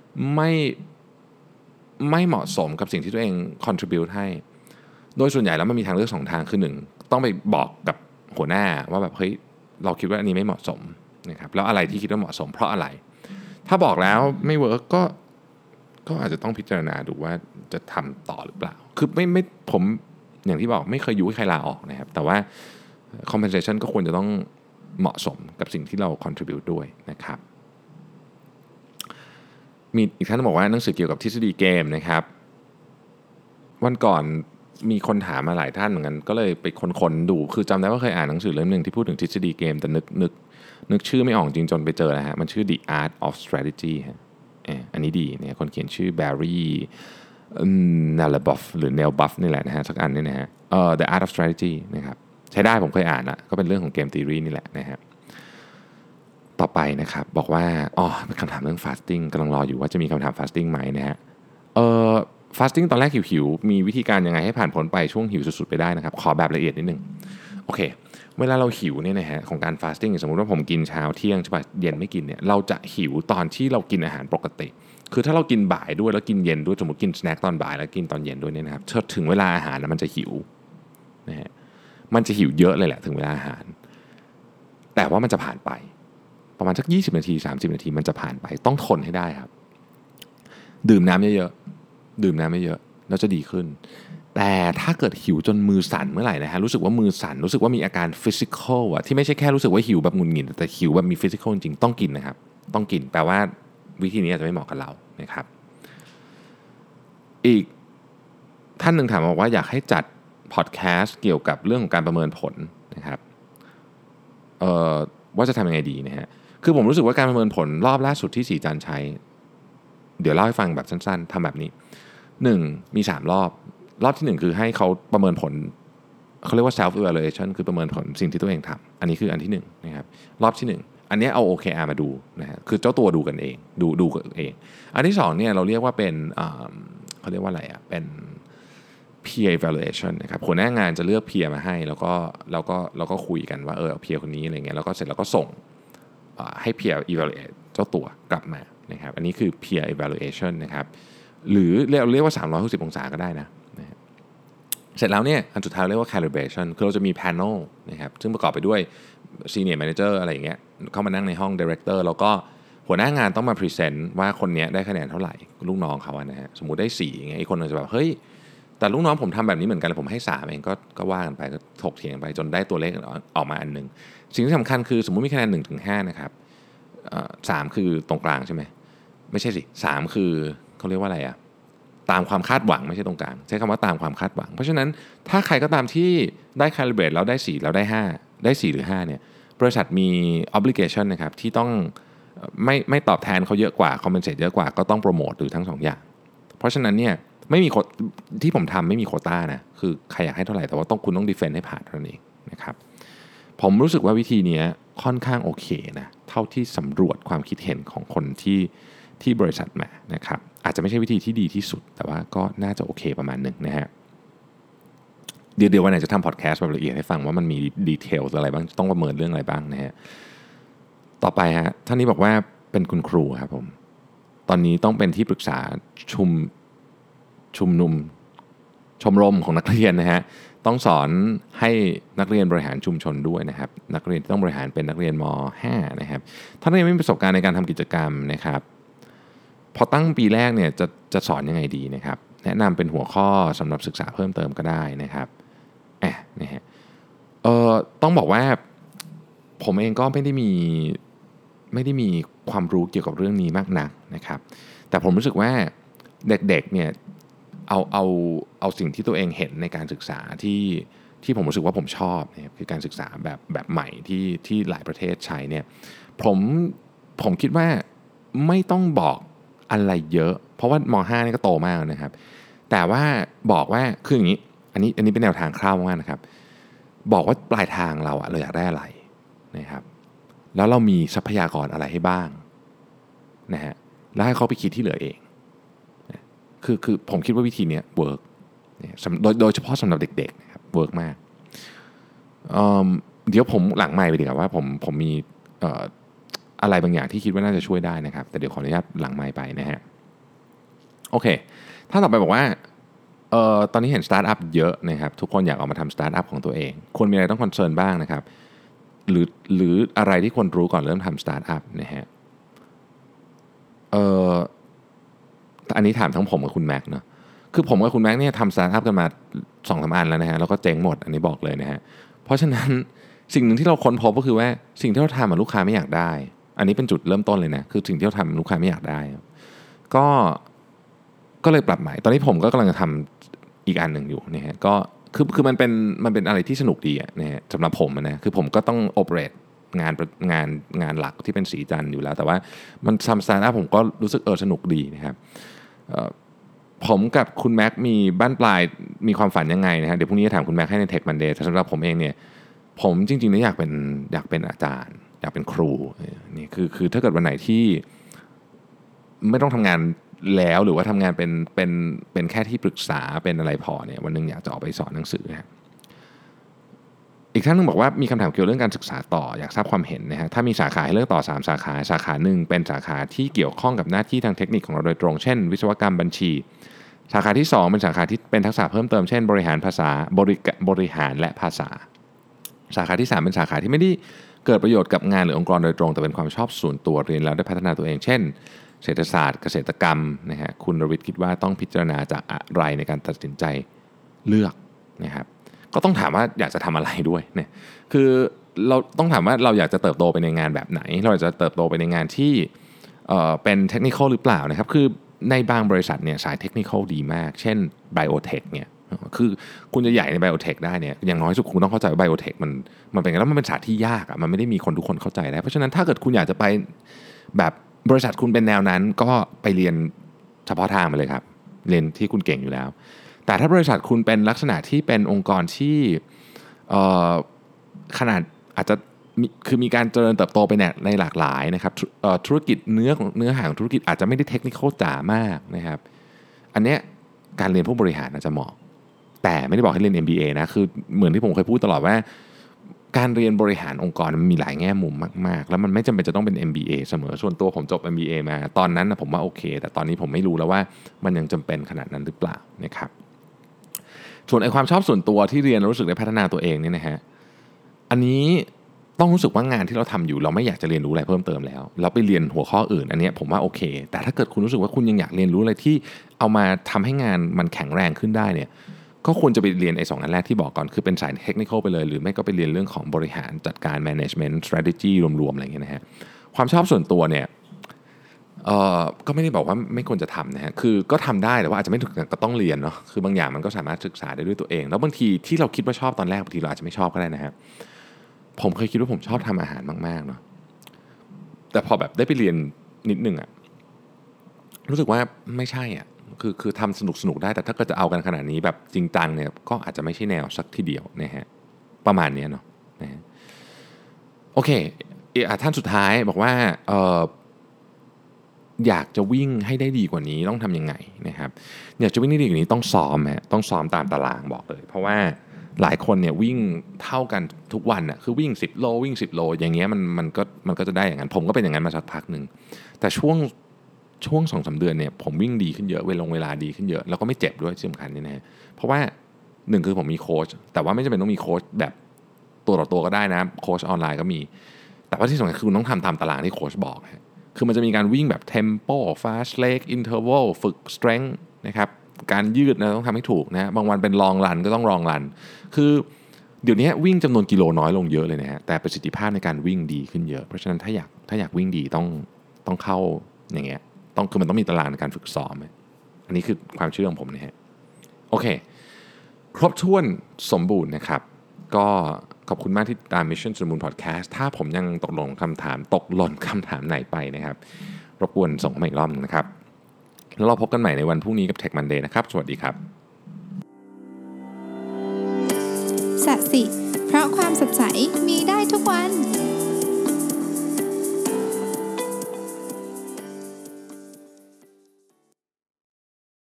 Speaker 2: ไม่เหมาะสมกับสิ่งที่ตัวเอง contribute ให้โดยส่วนใหญ่แล้วมันมีทางเลือก2ทางคือ1ต้องไปบอกกับหัวหน้าว่าแบบเฮ้ยเราคิดว่าอันนี้ไม่เหมาะสมนะครับแล้วอะไรที่คิดว่าเหมาะสมเพราะอะไรถ้าบอกแล้วไม่เวิร์กก็อาจจะต้องพิจารณาดูว่าจะทำต่อหรือเปล่าคือไม่ผมอย่างที่บอกไม่เคยยุให้ใครลาออกนะครับแต่ว่า compensation ก็ควรจะต้องเหมาะสมกับสิ่งที่เรา contribute ด้วยนะครับมีอีกท่านบอกว่าหนังสือเกี่ยวกับทฤษฎีเกมนะครับวันก่อนมีคนถามมาหลายท่านเหมือนกันก็เลยไปค้นดูคือจำได้ว่าเคยอ่านหนังสือเล่มนึงที่พูดถึงทฤษฎีเกมแต่นึกชื่อไม่ออกจริงจนไปเจอนะฮะมันชื่อ The Art of Strategy อันนี้ดีเนี่ยคนเขียนชื่อ Barry Nalbuff หรือ Nailbuff นี่แหละนะฮะสักอันนี่นะฮะThe Art of Strategy นะครับใช้ได้ผมเคยอ่านละก็เป็นเรื่องของเกม theory นี่แหละนะฮะต่อไปนะครับบอกว่าเป็นคำถามเรื่อง fasting กำลังรออยู่ว่าจะมีคำถาม fasting ไหมนะฮะfasting ตอนแรกหิวมีวิธีการยังไงให้ผ่านพ้นไปช่วงหิวสุดๆไปได้นะครับขอแบบละเอียดนิดนึงโอเคเวลาเราหิวเนี่ยนะฮะของการ fasting สมมุติว่าผมกินเช้าเที่ยงใช่ป่ะเย็นไม่กินเนี่ยเราจะหิวตอนที่เรากินอาหารปกติคือถ้าเรากินบ่ายด้วยแล้วกินเย็นด้วยสมมติกินสแน็คตอนบ่ายแล้วกินตอนเย็นด้วยเนี่ยนะครับถึงเวลาอาหารนะมันจะหิวนะฮะมันจะหิวเยอะเลยแหละถึงเวลาอาหารแต่ว่ามันจะผ่านไปประมาณสัก20นาที30นาทีมันจะผ่านไปต้องทนให้ได้ครับดื่มน้ำเยอะๆดื่มน้ำเยอะๆแล้วจะดีขึ้นแต่ถ้าเกิดหิวจนมือสั่นเมื่อไหร่นะฮะรู้สึกว่ามือสั่นรู้สึกว่ามีอาการฟิสิกอลที่ไม่ใช่แค่รู้สึกว่าหิวแบบหงุดหงิดแต่หิวแบบมีฟิสิกอลจริงๆต้องกินนะครับต้องกินแปลว่าวิธีนี้อาจจะไม่เหมาะกับเรานะครับอีกท่านหนึ่งถามบอกว่าอยากให้จัดพอดแคสต์เกี่ยวกับเรื่องของการประเมินผลนะครับว่าจะทำยังไงดีนะฮะคือผมรู้สึกว่าการประเมินผลรอบล่าสุดที่สีจันใช้เดี๋ยวเล่าให้ฟังแบบสั้นๆทำแบบนี้1มี3รอบที่1คือให้เขาประเมินผลเขาเรียกว่า self evaluation คือประเมินผลสิ่งที่ตัวเองทำอันนี้คืออันที่1นะครับรอบที่1อันนี้เอา OKR มาดูนะฮะคือเจ้าตัวดูกันเองดูกันเองอันที่2เนี่ยเราเรียกว่าเป็นเขาเรียกว่าอะไรเป็น peer evaluation นะครับหัวหน้างานจะเลือก peer มาให้แล้วก็คุยกันว่าpeer คนนี้อะไรเงี้ยแล้วก็เสร็จแล้วก็ส่งให้ peer evaluate เจ้าตัวกลับมานะครับอันนี้คือ peer evaluation นะครับหรือเรียกว่า360องศาก็ได้นะเสร็จแล้วเนี่ยอันสุดท้ายเรียกว่า calibration คือเราจะมี panel นะครับซึ่งประกอบไปด้วย senior manager อะไรอย่างเงี้ยเข้ามานั่งในห้อง director แล้วก็หัวหน้างานต้องมา present ว่าคนนี้ได้คะแนนเท่าไหร่ลูกน้องเขานะฮะสมมุติได้4อย่างเงี้ยอีกคนนึงจะแบบเฮ้ยแต่ลูกน้องผมทำแบบนี้เหมือนกันเลยผมให้3เองก็ว่ากันไปก็ถกเถียงไปจนได้ตัวเลขออกมาอันนึงสิ่งที่สำคัญคือสมมุติมีคะแนน 1-5 นะครับ3คือตรงกลางใช่ไหมไม่ใช่สิ3คือเขาเรียกว่าอะไรอะตามความคาดหวังไม่ใช่ตรงกลางใช้คำว่าตามความคาดหวังเพราะฉะนั้นถ้าใครก็ตามที่ได้ calibrate แล้วได้4แล้วได้5ได้4หรือ5เนี่ยบริษัทมี obligation นะครับที่ต้องไม่ตอบแทนเขาเยอะกว่า compensate เยอะกว่าก็ต้องโปรโมทหรือทั้ง2อย่างเพราะฉะนั้นเนี่ยไม่มีที่ผมทำไม่มีโควต้านะคือใครอยากให้เท่าไหร่แต่ว่าคุณต้อง defend ให้ผ่านเท่านั้นเองนะครับผมรู้สึกว่าวิธีนี้ค่อนข้างโอเคนะเท่าที่สำรวจความคิดเห็นของคนที่บริษัทมานะครับอาจจะไม่ใช่วิธีที่ดีที่สุดแต่ว่าก็น่าจะโอเคประมาณหนึ่งนะฮะเดี๋ยววันไหนจะทำพอดแคสต์แบบละเอียดให้ฟังว่ามันมีดีเทลอะไรบ้างต้องประเมินเรื่องอะไรบ้างนะฮะต่อไปฮะท่านนี้บอกว่าเป็นคุณครูครับผมตอนนี้ต้องเป็นที่ปรึกษาชมรมของนักเรียนนะฮะต้องสอนให้นักเรียนบริหารชุมชนด้วยนะครับนักเรียนต้องบริหารเป็นนักเรียนม.5 นะครับท่านยังไม่มีประสบการณ์ในการทำกิจกรรมนะครับพอตั้งปีแรกเนี่ยจะสอนยังไงดีนะครับแนะนำเป็นหัวข้อสำหรับศึกษาเพิ่มเติมก็ได้นะครับนะฮะต้องบอกว่าผมเองก็ไม่ได้มีความรู้เกี่ยวกับเรื่องนี้มากนักนะครับแต่ผมรู้สึกว่าเด็กๆเนี่ยเอาสิ่งที่ตัวเองเห็นในการศึกษาที่ผมรู้สึกว่าผมชอบนะครับคือการศึกษาแบบใหม่ที่หลายประเทศใช้เนี่ยผมคิดว่าไม่ต้องบอกอะไรเยอะเพราะว่าม.5 นี่ก็โตมากนะครับแต่ว่าบอกว่าคืออย่างนี้อันนี้เป็นแนวทางคร่าวมากนะครับบอกว่าปลายทางเราอยากได้อะไรนะครับแล้วเรามีทรัพยากรอะไรให้บ้างนะฮะแล้วให้เขาไปคิดที่เหลือเองคือผมคิดว่าวิธีนี้เวิร์กโดยเฉพาะสำหรับเด็กๆนะครับเวิร์กมากเดี๋ยวผมหลังไมค์ไปดีกว่าว่าผมมีอะไรบางอย่างที่คิดว่าน่าจะช่วยได้นะครับแต่เดี๋ยวขออนุญาตหลังไมค์ไปนะฮะโอเคถ้าต่อไปบอกว่าตอนนี้เห็นสตาร์ทอัพเยอะนะครับทุกคนอยากออกมาทำสตาร์ทอัพของตัวเองควรมีอะไรต้องคอนเซิร์นบ้างนะครับหรืออะไรที่ควรรู้ก่อนเริ่มทำสตาร์ทอัพนะฮะอันนี้ถามทั้งผมกับคุณแม็กเนาะคือผมกับคุณแม็กเนี่ยทำสตาร์ทอัพกันมา 2-3 อันแล้วนะฮะแล้วก็เจ๊งหมดอันนี้บอกเลยนะฮะเพราะฉะนั้นสิ่งหนึ่งที่เราค้นพบก็คือว่าสิ่งที่เราทำลูกค้าไม่อยากได้อันนี้เป็นจุดเริ่มต้นเลยนะคือสิ่งที่เราทำลูกค้าไม่อยากได้ก็เลยปรับใหม่ตอนนี้ผมก็กำลังจะทำอีกอันหนึ่งอยู่นะฮะก็คือมันเป็นอะไรที่สนุกดีนะฮะสำหรับผมนะคือผมก็ต้องโอเปเรตงานหลักที่เป็นสีจันทร์อยู่แล้วแต่ว่ามันทำสตาร์ทอัพผมก็รู้สึกสนุกดีนะครับผมกับคุณแม็กมีบ้านปลายมีความฝันยังไงนะฮะเดี๋ยวพรุ่งนี้จะถามคุณแม็กให้ใน Tech Monday แต่สำหรับผมเองเนี่ยผมจริงๆแล้วอยากเป็นอาจารย์อยากเป็นครูนี่คือถ้าเกิดวันไหนที่ไม่ต้องทำงานแล้วหรือว่าทำงานเป็นแค่ที่ปรึกษาเป็นอะไรพอเนี่ยวันนึงอยากจะออกไปสอนหนังสือครับอีกท่านนึงบอกว่ามีคำถามเกี่ยวเรื่องการศึกษาต่ออยากทราบความเห็นนะฮะถ้ามีสาขาให้เลือกต่อ3สาขาหนึ่งเป็นสาขาที่เกี่ยวข้องกับหน้าที่ทางเทคนิคของเราโดยตรงเช่นวิศวกรรมบัญชีสาขาที่2เป็นสาขาที่เป็นทักษะเพิ่มเติมเช่นบริหารและภาษาสาขาที่3เป็นสาขาที่ไม่ได้เกิดประโยชน์กับงานหรือองค์กรโดยตรงแต่เป็นความชอบส่วนตัวเรียนแล้วได้พัฒนาตัวเองเช่นเศรษฐศาสตร์เกษตรกรรมนะฮะคุณรวิทย์คิดว่าต้องพิจารณาจากอะไรในการตัดสินใจเลือกนะครับก็ต้องถามว่าอยากจะทำอะไรด้วยเนี่ยคือเราต้องถามว่าเราอยากจะเติบโตไปในงานแบบไหนเราอยากจะเติบโตไปในงานที่เป็นเทคนิคอลหรือเปล่านะครับคือในบางบริษัทเนี่ยสายเทคนิคอลดีมากเช่นไบโอเทคเนี่ยคือคุณจะใหญ่ในไบโอเทคได้เนี่ยอย่างน้อยสุดคุณต้องเข้าใจว่าไบโอเทคมันเป็นไงแล้วมันเป็นศาสตร์ที่ยากอ่ะมันไม่ได้มีคนทุกคนเข้าใจได้เพราะฉะนั้นถ้าเกิดคุณอยากจะไปแบบบริษัทคุณเป็นแนวนั้นก็ไปเรียนเฉพาะทางมาเลยครับเรียนที่คุณเก่งอยู่แล้วแต่ถ้าบริษัทคุณเป็นลักษณะที่เป็นองค์กรที่ขนาดอาจจะคือมีการเจริญเติบโตไปในหลากหลายนะครับธุรกิจเนื้อหาของธุรกิจอาจจะไม่ได้เทคนิคจ๋ามากนะครับอันเนี้ยการเรียนผู้บริหารอาจจะเหมาะแต่ไม่ได้บอกให้เรียน MBA นะคือเหมือนที่ผมเคยพูดตลอดว่าการเรียนบริหารองค์กรมันมีหลายแง่มุมมากๆแล้วมันไม่จำเป็นจะต้องเป็น MBA เสมอส่วนตัวผมจบ MBA มาตอนนั้นนะผมว่าโอเคแต่ตอนนี้ผมไม่รู้แล้วว่ามันยังจำเป็นขนาดนั้นหรือเปล่านะครับส่วนไอ้ความชอบส่วนตัวที่เรียนรู้สึกได้พัฒนาตัวเองเนี่ยนะฮะอันนี้ต้องรู้สึกว่างานที่เราทำอยู่เราไม่อยากจะเรียนรู้อะไรเพิ่มเติมแล้วเราไปเรียนหัวข้ออื่นอันนี้ผมว่าโอเคแต่ถ้าเกิดคุณรู้สึกว่าคุณยังอยากเรียนรู้อะไรที่เอามาทำให้งานมันแข็งแรงขึ้นได้เนี่ยก็ควรจะไปเรียนไอ้2อันแรกที่บอกก่อนคือเป็นสายเทคนิคไปเลยหรือไม่ก็ไปเรียนเรื่องของบริหารจัดการ management strategy รวมๆอะไรอย่างเงี้ยนะฮะความชอบส่วนตัวเนี่ยก็ไม่ได้บอกว่าไม่ควรจะทำนะฮะคือก็ทำได้แต่ว่าอาจจะไม่ถึงกับต้องเรียนเนาะคือบางอย่างมันก็สามารถศึกษาได้ด้วยตัวเองแล้วบางทีที่เราคิดว่าชอบตอนแรกบางทีเราอาจจะไม่ชอบก็ได้นะฮะผมเคยคิดว่าผมชอบทำอาหารมากๆเนาะแต่พอแบบได้ไปเรียนนิดนึงอะรู้สึกว่าไม่ใช่อ่ะคือทำสนุกได้แต่ถ้าเกิดจะเอากันขนาดนี้แบบจริงจังเนี่ยก็อาจจะไม่ใช่แนวสักทีเดียวนะฮะประมาณนี้เนาะนะฮะโอเคท่านสุดท้ายบอกว่าอยากจะวิ่งให้ได้ดีกว่านี้ต้องทำยังไงนะครับอยากจะวิ่งได้ดีกว่านี้ต้องซ้อมฮะต้องซ้อมตามตารางบอกเลยเพราะว่าหลายคนเนี่ยวิ่งเท่ากันทุกวันน่ะคือวิ่ง10โลวิ่ง10โลอย่างเงี้ยมันก็จะได้อย่างนั้นผมก็เป็นอย่างนั้นมาสักพักนึงแต่ช่วง 2-3 เดือนเนี่ยผมวิ่งดีขึ้นเยอะเวลาดีขึ้นเยอะแล้วก็ไม่เจ็บด้วยที่สำคัญนี่นะฮะเพราะว่า1คือผมมีโค้ชแต่ว่าไม่จำเป็นต้องมีโค้ชแบบตัวต่อตัวก็ได้นะโค้ชออนไลน์ก็มีแต่ว่าที่สำคัญคือคุณต้องทำตามตารางที่โค้ชบอกคือมันจะมีการวิ่งแบบ tempo fast leg interval ฝึก strength นะครับการยืดนะต้องทำให้ถูกนะบางวันเป็น long run ก็ต้อง long run คือเดี๋ยวนี้วิ่งจำนวนกิโลน้อยลงเยอะเลยนะฮะแต่ประสิทธิภาพในการวิ่งดีขึ้นเยอะเพราะฉะนั้นถ้าอยากวิ่งดีต้องเข้าอย่างเงี้ยคือมันต้องมีตารางในการฝึกซ้อมอันนี้คือความเชื่อของผมนะฮะโอเคครบถ้วนสมบูรณ์นะครับก็ขอบคุณมากที่ตาม Mission to the Moon Podcast ถ้าผมยังตกหล่นคำถามไหนไปนะครับรบกวนส่งมาอีกรอบนึงนะครับแล้วเราพบกันใหม่ในวันพรุ่งนี้กับ Tech Monday นะครับสวัสดีครับ
Speaker 1: สัสิเพราะความสดใสมีได้ทุกวัน